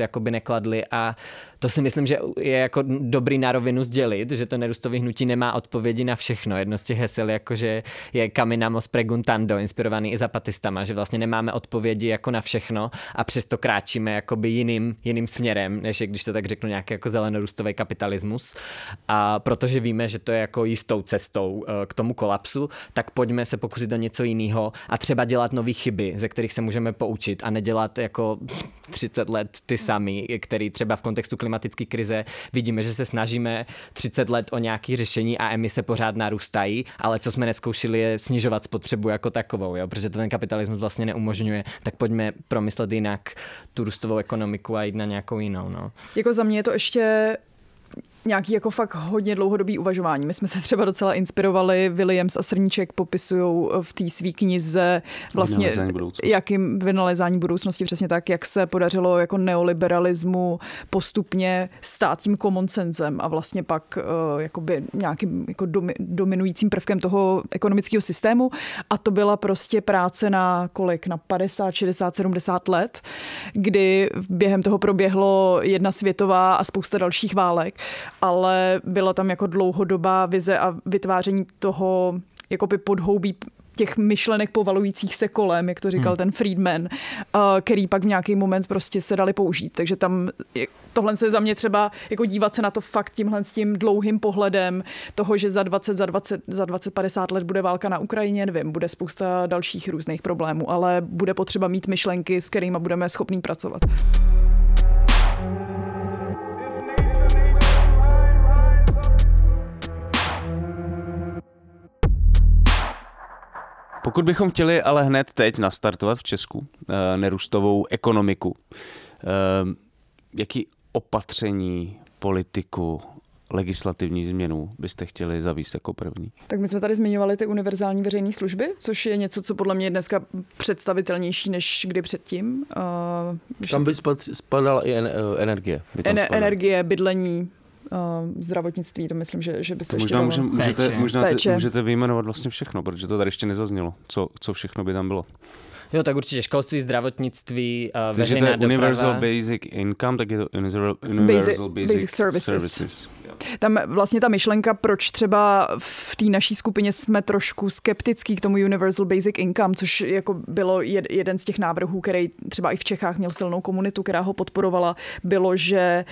[SPEAKER 8] to jakoby nekladli a to si myslím, že je jako dobrý na rovinu sdělit, že to nerůstové hnutí nemá odpovědi na všechno. Jedno z těch hesel jakože je caminamos preguntando, inspirovaný i zapatistama, že vlastně nemáme odpovědi jako na všechno a přesto kráčíme jakoby jiným směrem, než je, když to tak řeknu, nějaký jako zelenorůstový kapitalismus. A protože víme, že to je jako jistou cestou k tomu kolapsu, tak pojďme se pokusit o něco jiného a třeba dělat nové chyby, ze kterých se můžeme poučit a nedělat jako 30 let ty samý, který třeba v kontextu klimatické krize vidíme, že se snažíme 30 let o nějaké řešení a emise pořád narůstají, ale co jsme nezkoušeli je snižovat spotřebu jako takovou, jo? Protože to ten kapitalismus vlastně neumožňuje, tak pojďme promyslet jinak tu růstovou ekonomiku a jít na nějakou jinou. No.
[SPEAKER 7] Jako za mě je to ještě nějaký jako fakt hodně dlouhodobý uvažování. My jsme se třeba docela inspirovali, Williams a Srníček popisují v té svý knize vlastně jakým vynalézání budoucnosti, přesně tak, jak se podařilo jako neoliberalismu postupně stát tím common sensem a vlastně pak jakoby nějakým jako dominujícím prvkem toho ekonomického systému a to byla prostě práce na kolik? Na 50, 60, 70 let, kdy během toho proběhlo jedna světová a spousta dalších válek, ale byla tam jako dlouhodobá vize a vytváření toho jakoby podhoubí těch myšlenek povalujících se kolem, jak to říkal ten Friedman, který pak v nějaký moment prostě se dali použít. Takže tam tohle se za mě třeba jako dívat se na to fakt tímhle s tím dlouhým pohledem toho, že za 20-50 let bude válka na Ukrajině, nevím, bude spousta dalších různých problémů, ale bude potřeba mít myšlenky, s kterými budeme schopní pracovat.
[SPEAKER 5] Pokud bychom chtěli ale hned teď nastartovat v Česku nerůstovou ekonomiku, jaký opatření, politiku, legislativní změnu byste chtěli zavést jako první?
[SPEAKER 7] Tak my jsme tady zmiňovali ty univerzální veřejné služby, což je něco, co podle mě je dneska představitelnější než kdy předtím.
[SPEAKER 6] Tam by spadala i energie.
[SPEAKER 7] Energie, bydlení, zdravotnictví, to myslím, že by se ještě dalo.
[SPEAKER 5] Můžete vyjmenovat vlastně všechno, protože to tady ještě nezaznělo, co všechno by tam bylo.
[SPEAKER 8] Jo, tak určitě školství, zdravotnictví, veřejná doprava.
[SPEAKER 5] Universal Basic Income, tak je to Universal Basic Services.
[SPEAKER 7] Tam vlastně ta myšlenka, proč třeba v té naší skupině jsme trošku skeptický k tomu Universal Basic Income, což jako bylo jeden z těch návrhů, který třeba i v Čechách měl silnou komunitu, která ho podporovala, bylo, že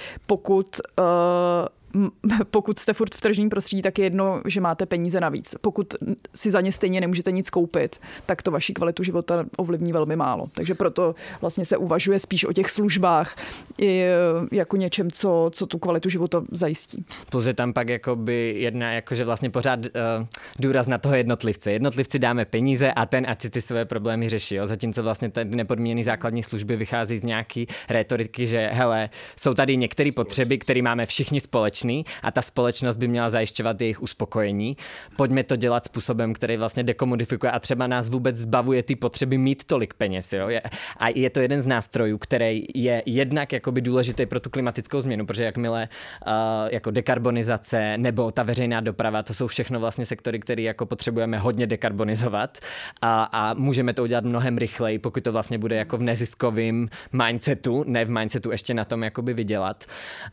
[SPEAKER 7] pokud jste furt v tržním prostředí, tak je jedno, že máte peníze navíc. Pokud si za ně stejně nemůžete nic koupit, tak to vaši kvalitu života ovlivní velmi málo. Takže proto vlastně se uvažuje spíš o těch službách jako něčem, co tu kvalitu života zajistí.
[SPEAKER 8] Plus je tam pak jakoby jedna, jakože vlastně pořád důraz na toho jednotlivce. Jednotlivci dáme peníze a ten ať si ty své problémy řeší. Jo? Zatímco vlastně ty nepodmíněné základní služby vychází z nějaký rétoriky, že hele, jsou tady některé potřeby, které máme všichni společně a ta společnost by měla zajišťovat jejich uspokojení. Pojďme to dělat způsobem, který vlastně dekomodifikuje a třeba nás vůbec zbavuje ty potřeby mít tolik peněz. Jo? A je to jeden z nástrojů, který je jednak jakoby důležitý pro tu klimatickou změnu, protože jakmile jako dekarbonizace nebo ta veřejná doprava, to jsou všechno vlastně sektory, které jako potřebujeme hodně dekarbonizovat a můžeme to udělat mnohem rychleji, pokud to vlastně bude jako v neziskovém mindsetu, ne v mindsetu ještě na tom jakoby vydělat.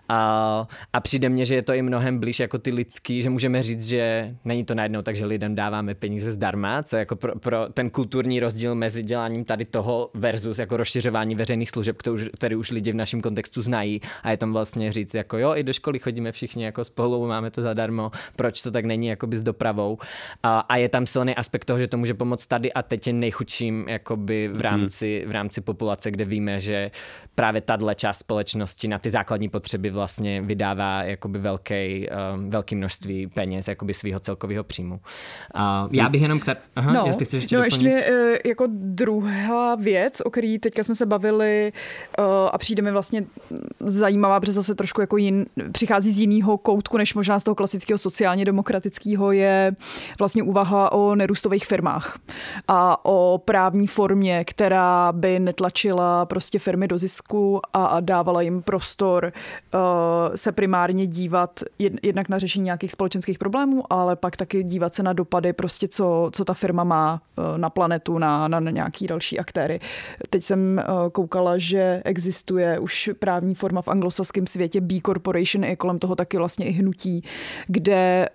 [SPEAKER 8] A přijde mně, že je to i mnohem blíž jako ty lidský, že můžeme říct, že není to najednou tak, že lidem dáváme peníze zdarma, co jako pro ten kulturní rozdíl mezi děláním tady toho versus jako rozšiřování veřejných služeb, které už lidi v našem kontextu znají a je tam vlastně říct jako jo, i do školy chodíme všichni jako spolu, máme to zadarmo, proč to tak není jakoby s dopravou a je tam silný aspekt toho, že to může pomoct tady a teď je nejchudším jakoby v rámci populace, kde víme, že právě tahle část společnosti na ty základní potřeby vlastně vydává jakoby velké množství peněz jakoby svého celkového příjmu. Já bych jenom jestli chceš ještě doplnit.
[SPEAKER 7] Ještě jako druhá věc, o který teďka jsme se bavili a přijde mi vlastně zajímavá, protože zase trošku jako přichází z jiného koutku, než možná z toho klasického sociálně demokratického, je vlastně úvaha o nerůstových firmách a o právní formě, která by netlačila prostě firmy do zisku a dávala jim prostor se primárně dívat jednak na řešení nějakých společenských problémů, ale pak taky dívat se na dopady, prostě co ta firma má na planetu, na nějaký další aktéry. Teď jsem koukala, že existuje už právní forma v anglosaském světě B Corporation, je kolem toho taky vlastně i hnutí, kde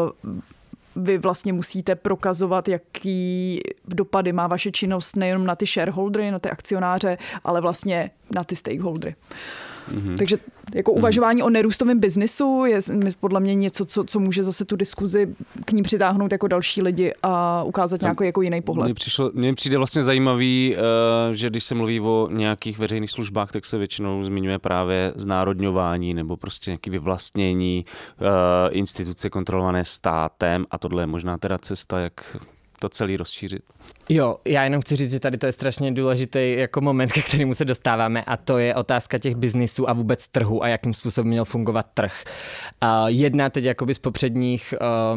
[SPEAKER 7] vy vlastně musíte prokazovat, jaký dopady má vaše činnost nejenom na ty shareholdery, na ty akcionáře, ale vlastně na ty stakeholdery. Takže jako uvažování o nerůstovém biznisu je podle mě něco, co může zase tu diskuzi k ní přitáhnout jako další lidi a ukázat nějaký jako jiný pohled.
[SPEAKER 5] Mně přijde vlastně zajímavý, že když se mluví o nějakých veřejných službách, tak se většinou zmiňuje právě znárodňování nebo prostě nějaké vyvlastnění instituce kontrolované státem a tohle je možná teda cesta, jak to celý rozšířit.
[SPEAKER 8] Jo, já jenom chci říct, že tady to je strašně důležitý jako moment, ke kterému se dostáváme a to je otázka těch biznisů a vůbec trhu a jakým způsobem měl fungovat trh. Jedna teď jakoby z popředních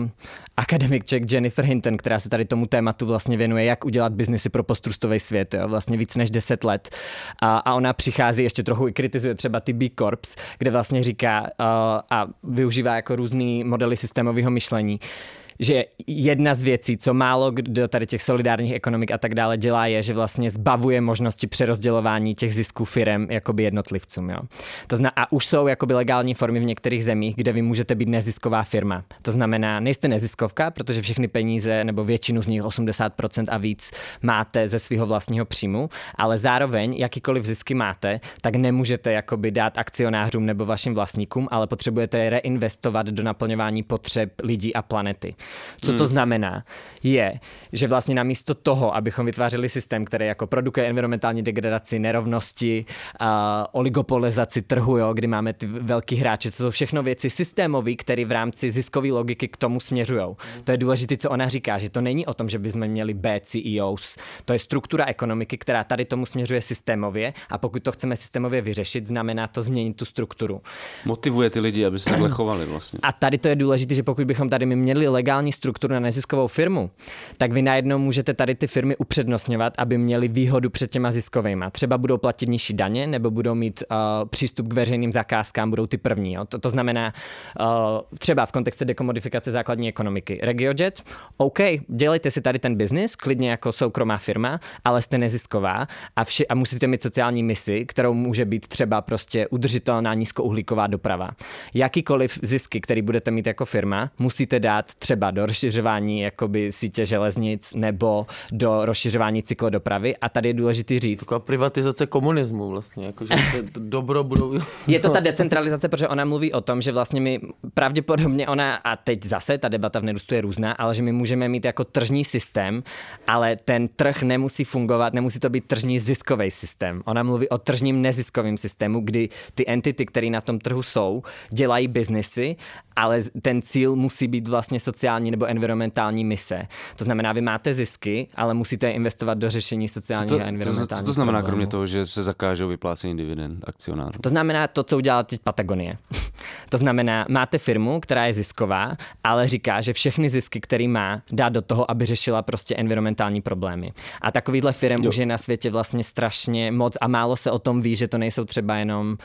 [SPEAKER 8] akademiček Jennifer Hinton, která se tady tomu tématu vlastně věnuje, jak udělat biznisy pro postrustový svět, jo, vlastně víc než 10 let. A ona přichází, ještě trochu i kritizuje třeba ty B Corps, kde vlastně říká a využívá jako různý modely systémového myšlení, že jedna z věcí, co málo kdo tady těch solidárních ekonomik a tak dále dělá, je, že vlastně zbavuje možnosti přerozdělování těch zisků firem jakoby jednotlivcům. Jo. A už jsou jakoby legální formy v některých zemích, kde vy můžete být nezisková firma. To znamená, nejste neziskovka, protože všechny peníze, nebo většinu z nich 80% a víc máte ze svého vlastního příjmu, ale zároveň jakýkoliv zisky máte, tak nemůžete jakoby dát akcionářům nebo vašim vlastníkům, ale potřebujete je reinvestovat do naplňování potřeb lidí a planety. Co to znamená? Je, že vlastně namísto toho, abychom vytvářeli systém, který jako produkuje environmentální degradaci, nerovnosti, oligopolizaci trhu, jo, kdy máme ty velký hráče, to jsou všechno věci systémové, které v rámci ziskové logiky k tomu směřujou. To je důležité, co ona říká, že to není o tom, že bychom měli bad CEOs. To je struktura ekonomiky, která tady tomu směřuje systémově a pokud to chceme systémově vyřešit, znamená to změnit tu strukturu.
[SPEAKER 5] Motivuje ty lidi, aby se takhle chovali vlastně.
[SPEAKER 8] A tady to je důležité, že pokud bychom tady měli legální strukturu na neziskovou firmu, tak vy najednou můžete tady ty firmy upřednostňovat, aby měli výhodu před těma ziskovejma. Třeba budou platit nižší daně, nebo budou mít přístup k veřejným zakázkám, budou ty první. Jo? To znamená třeba v kontextu dekomodifikace základní ekonomiky. RegioJet, OK, dělejte si tady ten biznis, klidně jako soukromá firma, ale jste nezisková a musíte mít sociální misi, kterou může být třeba prostě udržitelná nízkouhlíková doprava. Jakýkoliv zisky, který budete mít jako firma, musíte dát třeba do rozšiřování jakoby sítě železnic nebo do rozšiřování cyklodopravy a tady je důležitý říct.
[SPEAKER 6] Taková privatizace komunismu vlastně, jakože dobro budou...
[SPEAKER 8] Je to ta decentralizace, protože ona mluví o tom, že vlastně my pravděpodobně a teď zase ta debata v nerůstu je různá, ale že my můžeme mít jako tržní systém, ale ten trh nemusí fungovat, nemusí to být tržní ziskový systém. Ona mluví o tržním neziskovém systému, kdy ty entity, které na tom trhu jsou, dělají biznesy, ale ten cíl musí být vlastně sociální nebo environmentální mise. To znamená, vy máte zisky, ale musíte je investovat do řešení sociálního a environmentálního.
[SPEAKER 5] Co to znamená, kromě toho, že se zakážou vyplácení dividend akcionářů?
[SPEAKER 8] To znamená to, co udělala teď Patagonie. To znamená, máte firmu, která je zisková, ale říká, že všechny zisky, který má, dá do toho, aby řešila prostě environmentální problémy. A takovýhle firm už je na světě vlastně strašně moc a málo se o tom ví, že to nejsou třeba jenom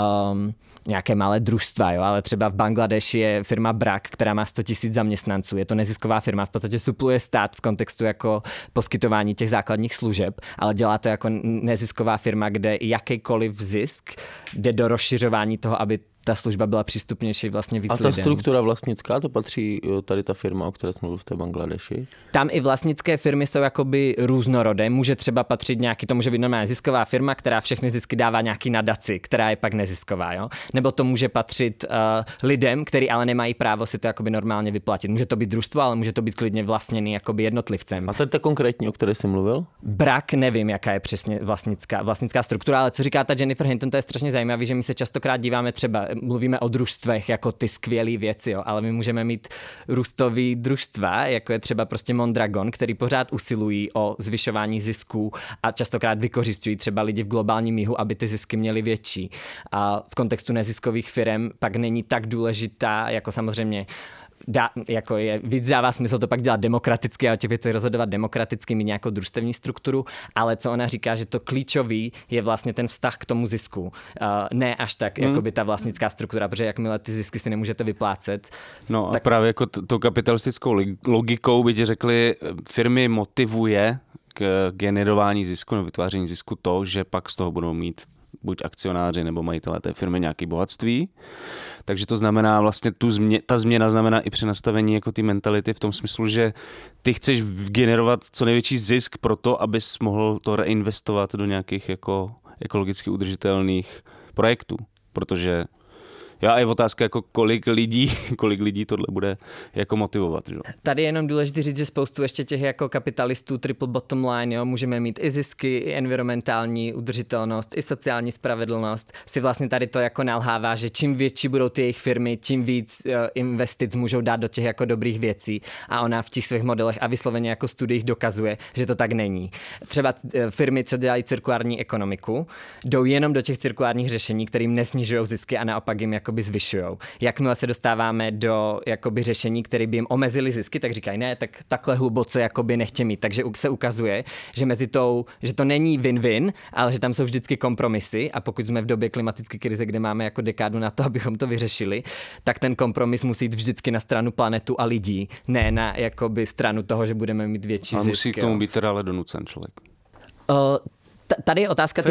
[SPEAKER 8] nějaké malé družstva, jo, ale třeba v Bangladeši je firma Brak, která má 100 000 zaměstnanců. Je to nezisková firma, v podstatě supluje stát v kontextu jako poskytování těch základních služeb, ale dělá to jako nezisková firma, kde jakýkoliv zisk jde do rozšiřování toho, aby ta služba byla přístupnější vlastně víc lidem.
[SPEAKER 6] A ta struktura vlastnická, to patří tady ta firma, o které jsme mluvili v té Bangladeši?
[SPEAKER 8] Tam i vlastnické firmy jsou jakoby různorodé. Může třeba patřit nějaký, to může být normálně zisková firma, která všechny zisky dává nějaký nadaci, která je pak nezisková, jo? Nebo to může patřit lidem, kteří ale nemají právo si to jakoby normálně vyplatit. Může to být družstvo, ale může to být klidně vlastněný jakoby jednotlivcem.
[SPEAKER 6] A to je ta konkrétní, o které jsi mluvil?
[SPEAKER 8] Brak, nevím, jaká je přesně vlastnická struktura, ale co říká ta Jennifer Hinton, to je strašně zajímavé, že my se častokrát díváme třeba, mluvíme o družstvech jako ty skvělé věci, jo, ale my můžeme mít růstový družstva, jako je třeba prostě Mondragon, který pořád usilují o zvyšování zisků a častokrát vykořisťují třeba lidi v globálním jihu, aby ty zisky měly větší. A v kontextu neziskových firm pak není tak důležitá, jako samozřejmě víc dává smysl to pak dělat demokraticky a o těch věcech rozhodovat demokraticky, mít nějakou družstevní strukturu, ale co ona říká, že to klíčový je vlastně ten vztah k tomu zisku. Ne až tak, jakoby ta vlastnická struktura, protože jakmile ty zisky si nemůžete vyplácet.
[SPEAKER 5] No tak... a právě jako tou kapitalistickou logikou by ti řekli, firmy motivuje k generování zisku nebo vytváření zisku to, že pak z toho budou mít buď akcionáři nebo majitelé té firmy nějaké bohatství. Takže to znamená vlastně ta změna znamená i přenastavení jako ty mentality v tom smyslu, že ty chceš generovat co největší zisk pro to, abys mohl to reinvestovat do nějakých jako ekologicky udržitelných projektů. Protože a je otázka, jako kolik lidí tohle bude jako motivovat. Že?
[SPEAKER 8] Tady je jenom důležité říct, že spoustu ještě těch jako kapitalistů triple bottom line, jo, můžeme mít i zisky, i environmentální udržitelnost, i sociální spravedlnost. Si vlastně tady to jako nalhává, že čím větší budou ty jejich firmy, tím víc investic můžou dát do těch jako dobrých věcí. A ona v těch svých modelech a vysloveně jako studiích dokazuje, že to tak není. Třeba firmy, co dělají cirkulární ekonomiku, jdou jenom do těch cirkulárních řešení, kterým nesnižují zisky a naopak jim jakoby zvyšujou. Jakmile se dostáváme do jakoby řešení, které by jim omezily zisky, tak říkají, ne, tak takhle hluboce jakoby nechtějí mít. Takže se ukazuje, že že to není win-win, ale že tam jsou vždycky kompromisy a pokud jsme v době klimatické krize, kde máme jako dekádu na to, abychom to vyřešili, tak ten kompromis musí jít vždycky na stranu planetu a lidí, ne na jakoby stranu toho, že budeme mít větší zisk.
[SPEAKER 5] Ale musí k tomu být teda ale donucen člověk.
[SPEAKER 8] Tady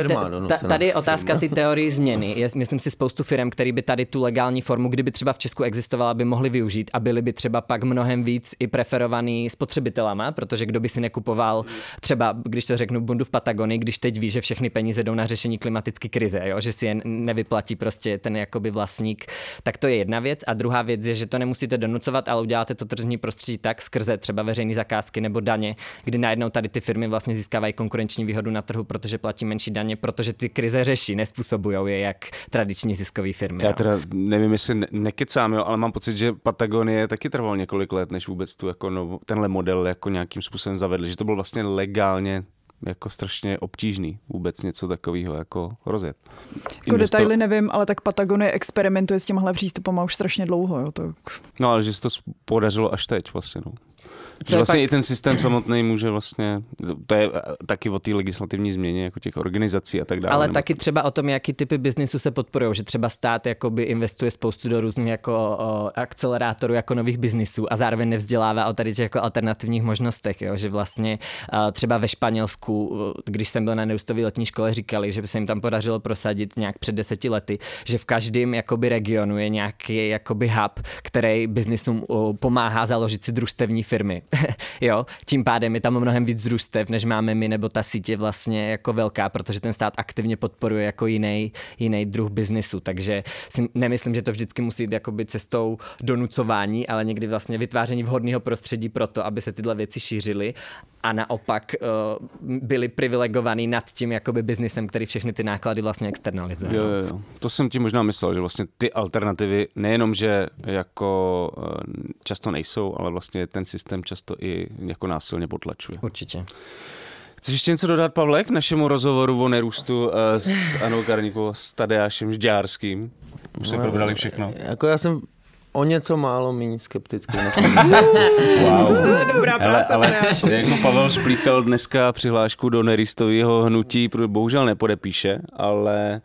[SPEAKER 8] je otázka ty teorii změny. Myslím si spoustu firm, který by tady tu legální formu, kdyby třeba v Česku existovala, by mohli využít a byli by třeba pak mnohem víc i preferovaný spotřebitelama, protože kdo by si nekupoval třeba, když to řeknu, bundu v Patagonii, když teď ví, že všechny peníze jdou na řešení klimatické krize, jo? Že si je nevyplatí prostě ten jakoby vlastník, tak to je jedna věc. A druhá věc je, že to nemusíte donucovat, ale uděláte to tržní prostředí tak skrze třeba veřejné zakázky nebo daně, kdy najednou tady ty firmy vlastně získávají konkurenční výhodu na trhu, protože platí menší daně, protože ty krize řeší, nezpůsobujou je jak tradiční ziskové firmy.
[SPEAKER 5] Já teda nevím, jestli nekecám, ale mám pocit, že Patagonie taky trvalo několik let, než vůbec tu jako tenhle model jako nějakým způsobem zavedli, že to bylo vlastně legálně jako strašně obtížný vůbec něco takového jako rozjet.
[SPEAKER 7] Jako detaily nevím, ale tak Patagonie experimentuje s těmhle přístupama už strašně dlouho. Jo, tak...
[SPEAKER 5] No ale že se to podařilo až teď vlastně. No. Že vlastně i ten systém samotný může vlastně, to je taky o té legislativní změně jako těch organizací a tak dále.
[SPEAKER 8] Ale taky třeba o tom, jaký typy biznisu se podporují, že třeba stát jakoby investuje spoustu do různých jako akcelerátorů jako nových biznisů a zároveň nevzdělává o tady těch jako alternativních možnostech, jo? Že vlastně třeba ve Španělsku, když jsem byl na nerůstové letní škole, říkali, že by se jim tam podařilo prosadit nějak před 10 lety, že v každém jakoby regionu je nějaký jakoby hub, který biznisům pomáhá založit si družstevní firmy. Jo, tím pádem je tam mnohem víc družstev, než máme my, nebo ta síť je vlastně jako velká, protože ten stát aktivně podporuje jako jiný druh biznisu, takže si nemyslím, že to vždycky musí jít jakoby cestou donucování, ale někdy vlastně vytváření vhodného prostředí pro to, aby se tyhle věci šířily a naopak byli privilegovaní nad tím jakoby biznisem, který všechny ty náklady vlastně externalizuje.
[SPEAKER 5] Jo. To jsem ti možná myslel, že vlastně ty alternativy nejenom, že jako často nejsou, ale vlastně ten systém často i jako násilně potlačuje.
[SPEAKER 8] Určitě.
[SPEAKER 5] Chceš ještě něco dodat, Pavle, k našemu rozhovoru o nerůstu s Anou Kárníkovou, s Tadeášem Žďárským? Už jsme probrali všechno.
[SPEAKER 6] Jako já jsem o něco málo méně skeptický.
[SPEAKER 5] Wow.
[SPEAKER 7] Dobrá práce,
[SPEAKER 5] ale jako Pavel Šplíchal dneska přihlášku do nerýstového hnutí bohužel nepodepíše, ale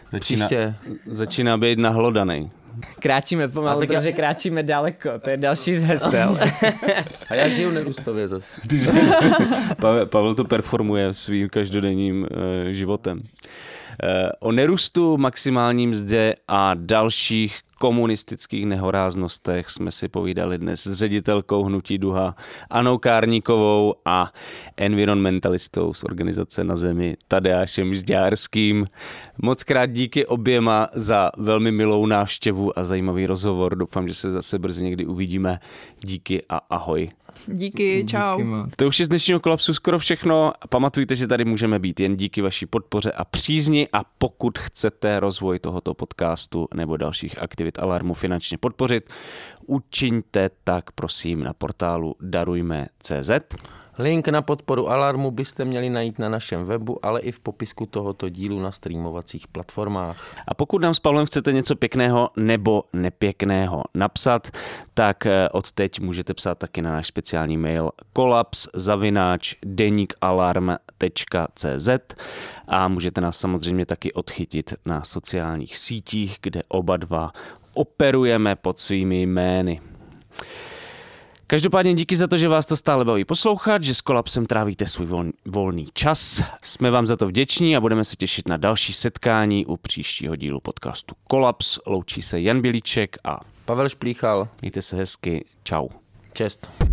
[SPEAKER 5] začíná být nahlodanej.
[SPEAKER 8] Kráčíme pomalu, protože kráčíme daleko. To je další z hesel.
[SPEAKER 6] A já žiju nerůstově zase.
[SPEAKER 5] Pavel to performuje svým každodenním životem. O nerůstu, maximální mzdě a dalších komunistických nehoráznostech jsme si povídali dnes s ředitelkou hnutí Duha Anou Kárníkovou a environmentalistou z organizace Na zemi Tadeášem Žďárským. Moc krát díky oběma za velmi milou návštěvu a zajímavý rozhovor. Doufám, že se zase brzy někdy uvidíme. Díky a ahoj.
[SPEAKER 7] Díky, čau.
[SPEAKER 5] To už je z dnešního Kolapsu skoro všechno. Pamatujte, že tady můžeme být jen díky vaší podpoře a přízni a pokud chcete rozvoj tohoto podcastu nebo dalších aktivit Alarmu finančně podpořit, učiňte tak prosím na portálu darujme.cz.
[SPEAKER 6] Link na podporu Alarmu byste měli najít na našem webu, ale i v popisku tohoto dílu na streamovacích platformách.
[SPEAKER 5] A pokud nám s Pavlem chcete něco pěkného nebo nepěkného napsat, tak od teď můžete psát taky na náš speciální mail kolaps@denikalarm.cz a můžete nás samozřejmě taky odchytit na sociálních sítích, kde oba dva operujeme pod svými jmény. Každopádně díky za to, že vás to stále baví poslouchat, že s Kolapsem trávíte svůj volný čas. Jsme vám za to vděční a budeme se těšit na další setkání u příštího dílu podcastu Kolaps. Loučí se Jan Bělíček a
[SPEAKER 6] Pavel Šplíchal.
[SPEAKER 5] Mějte se hezky. Čau.
[SPEAKER 6] Čest.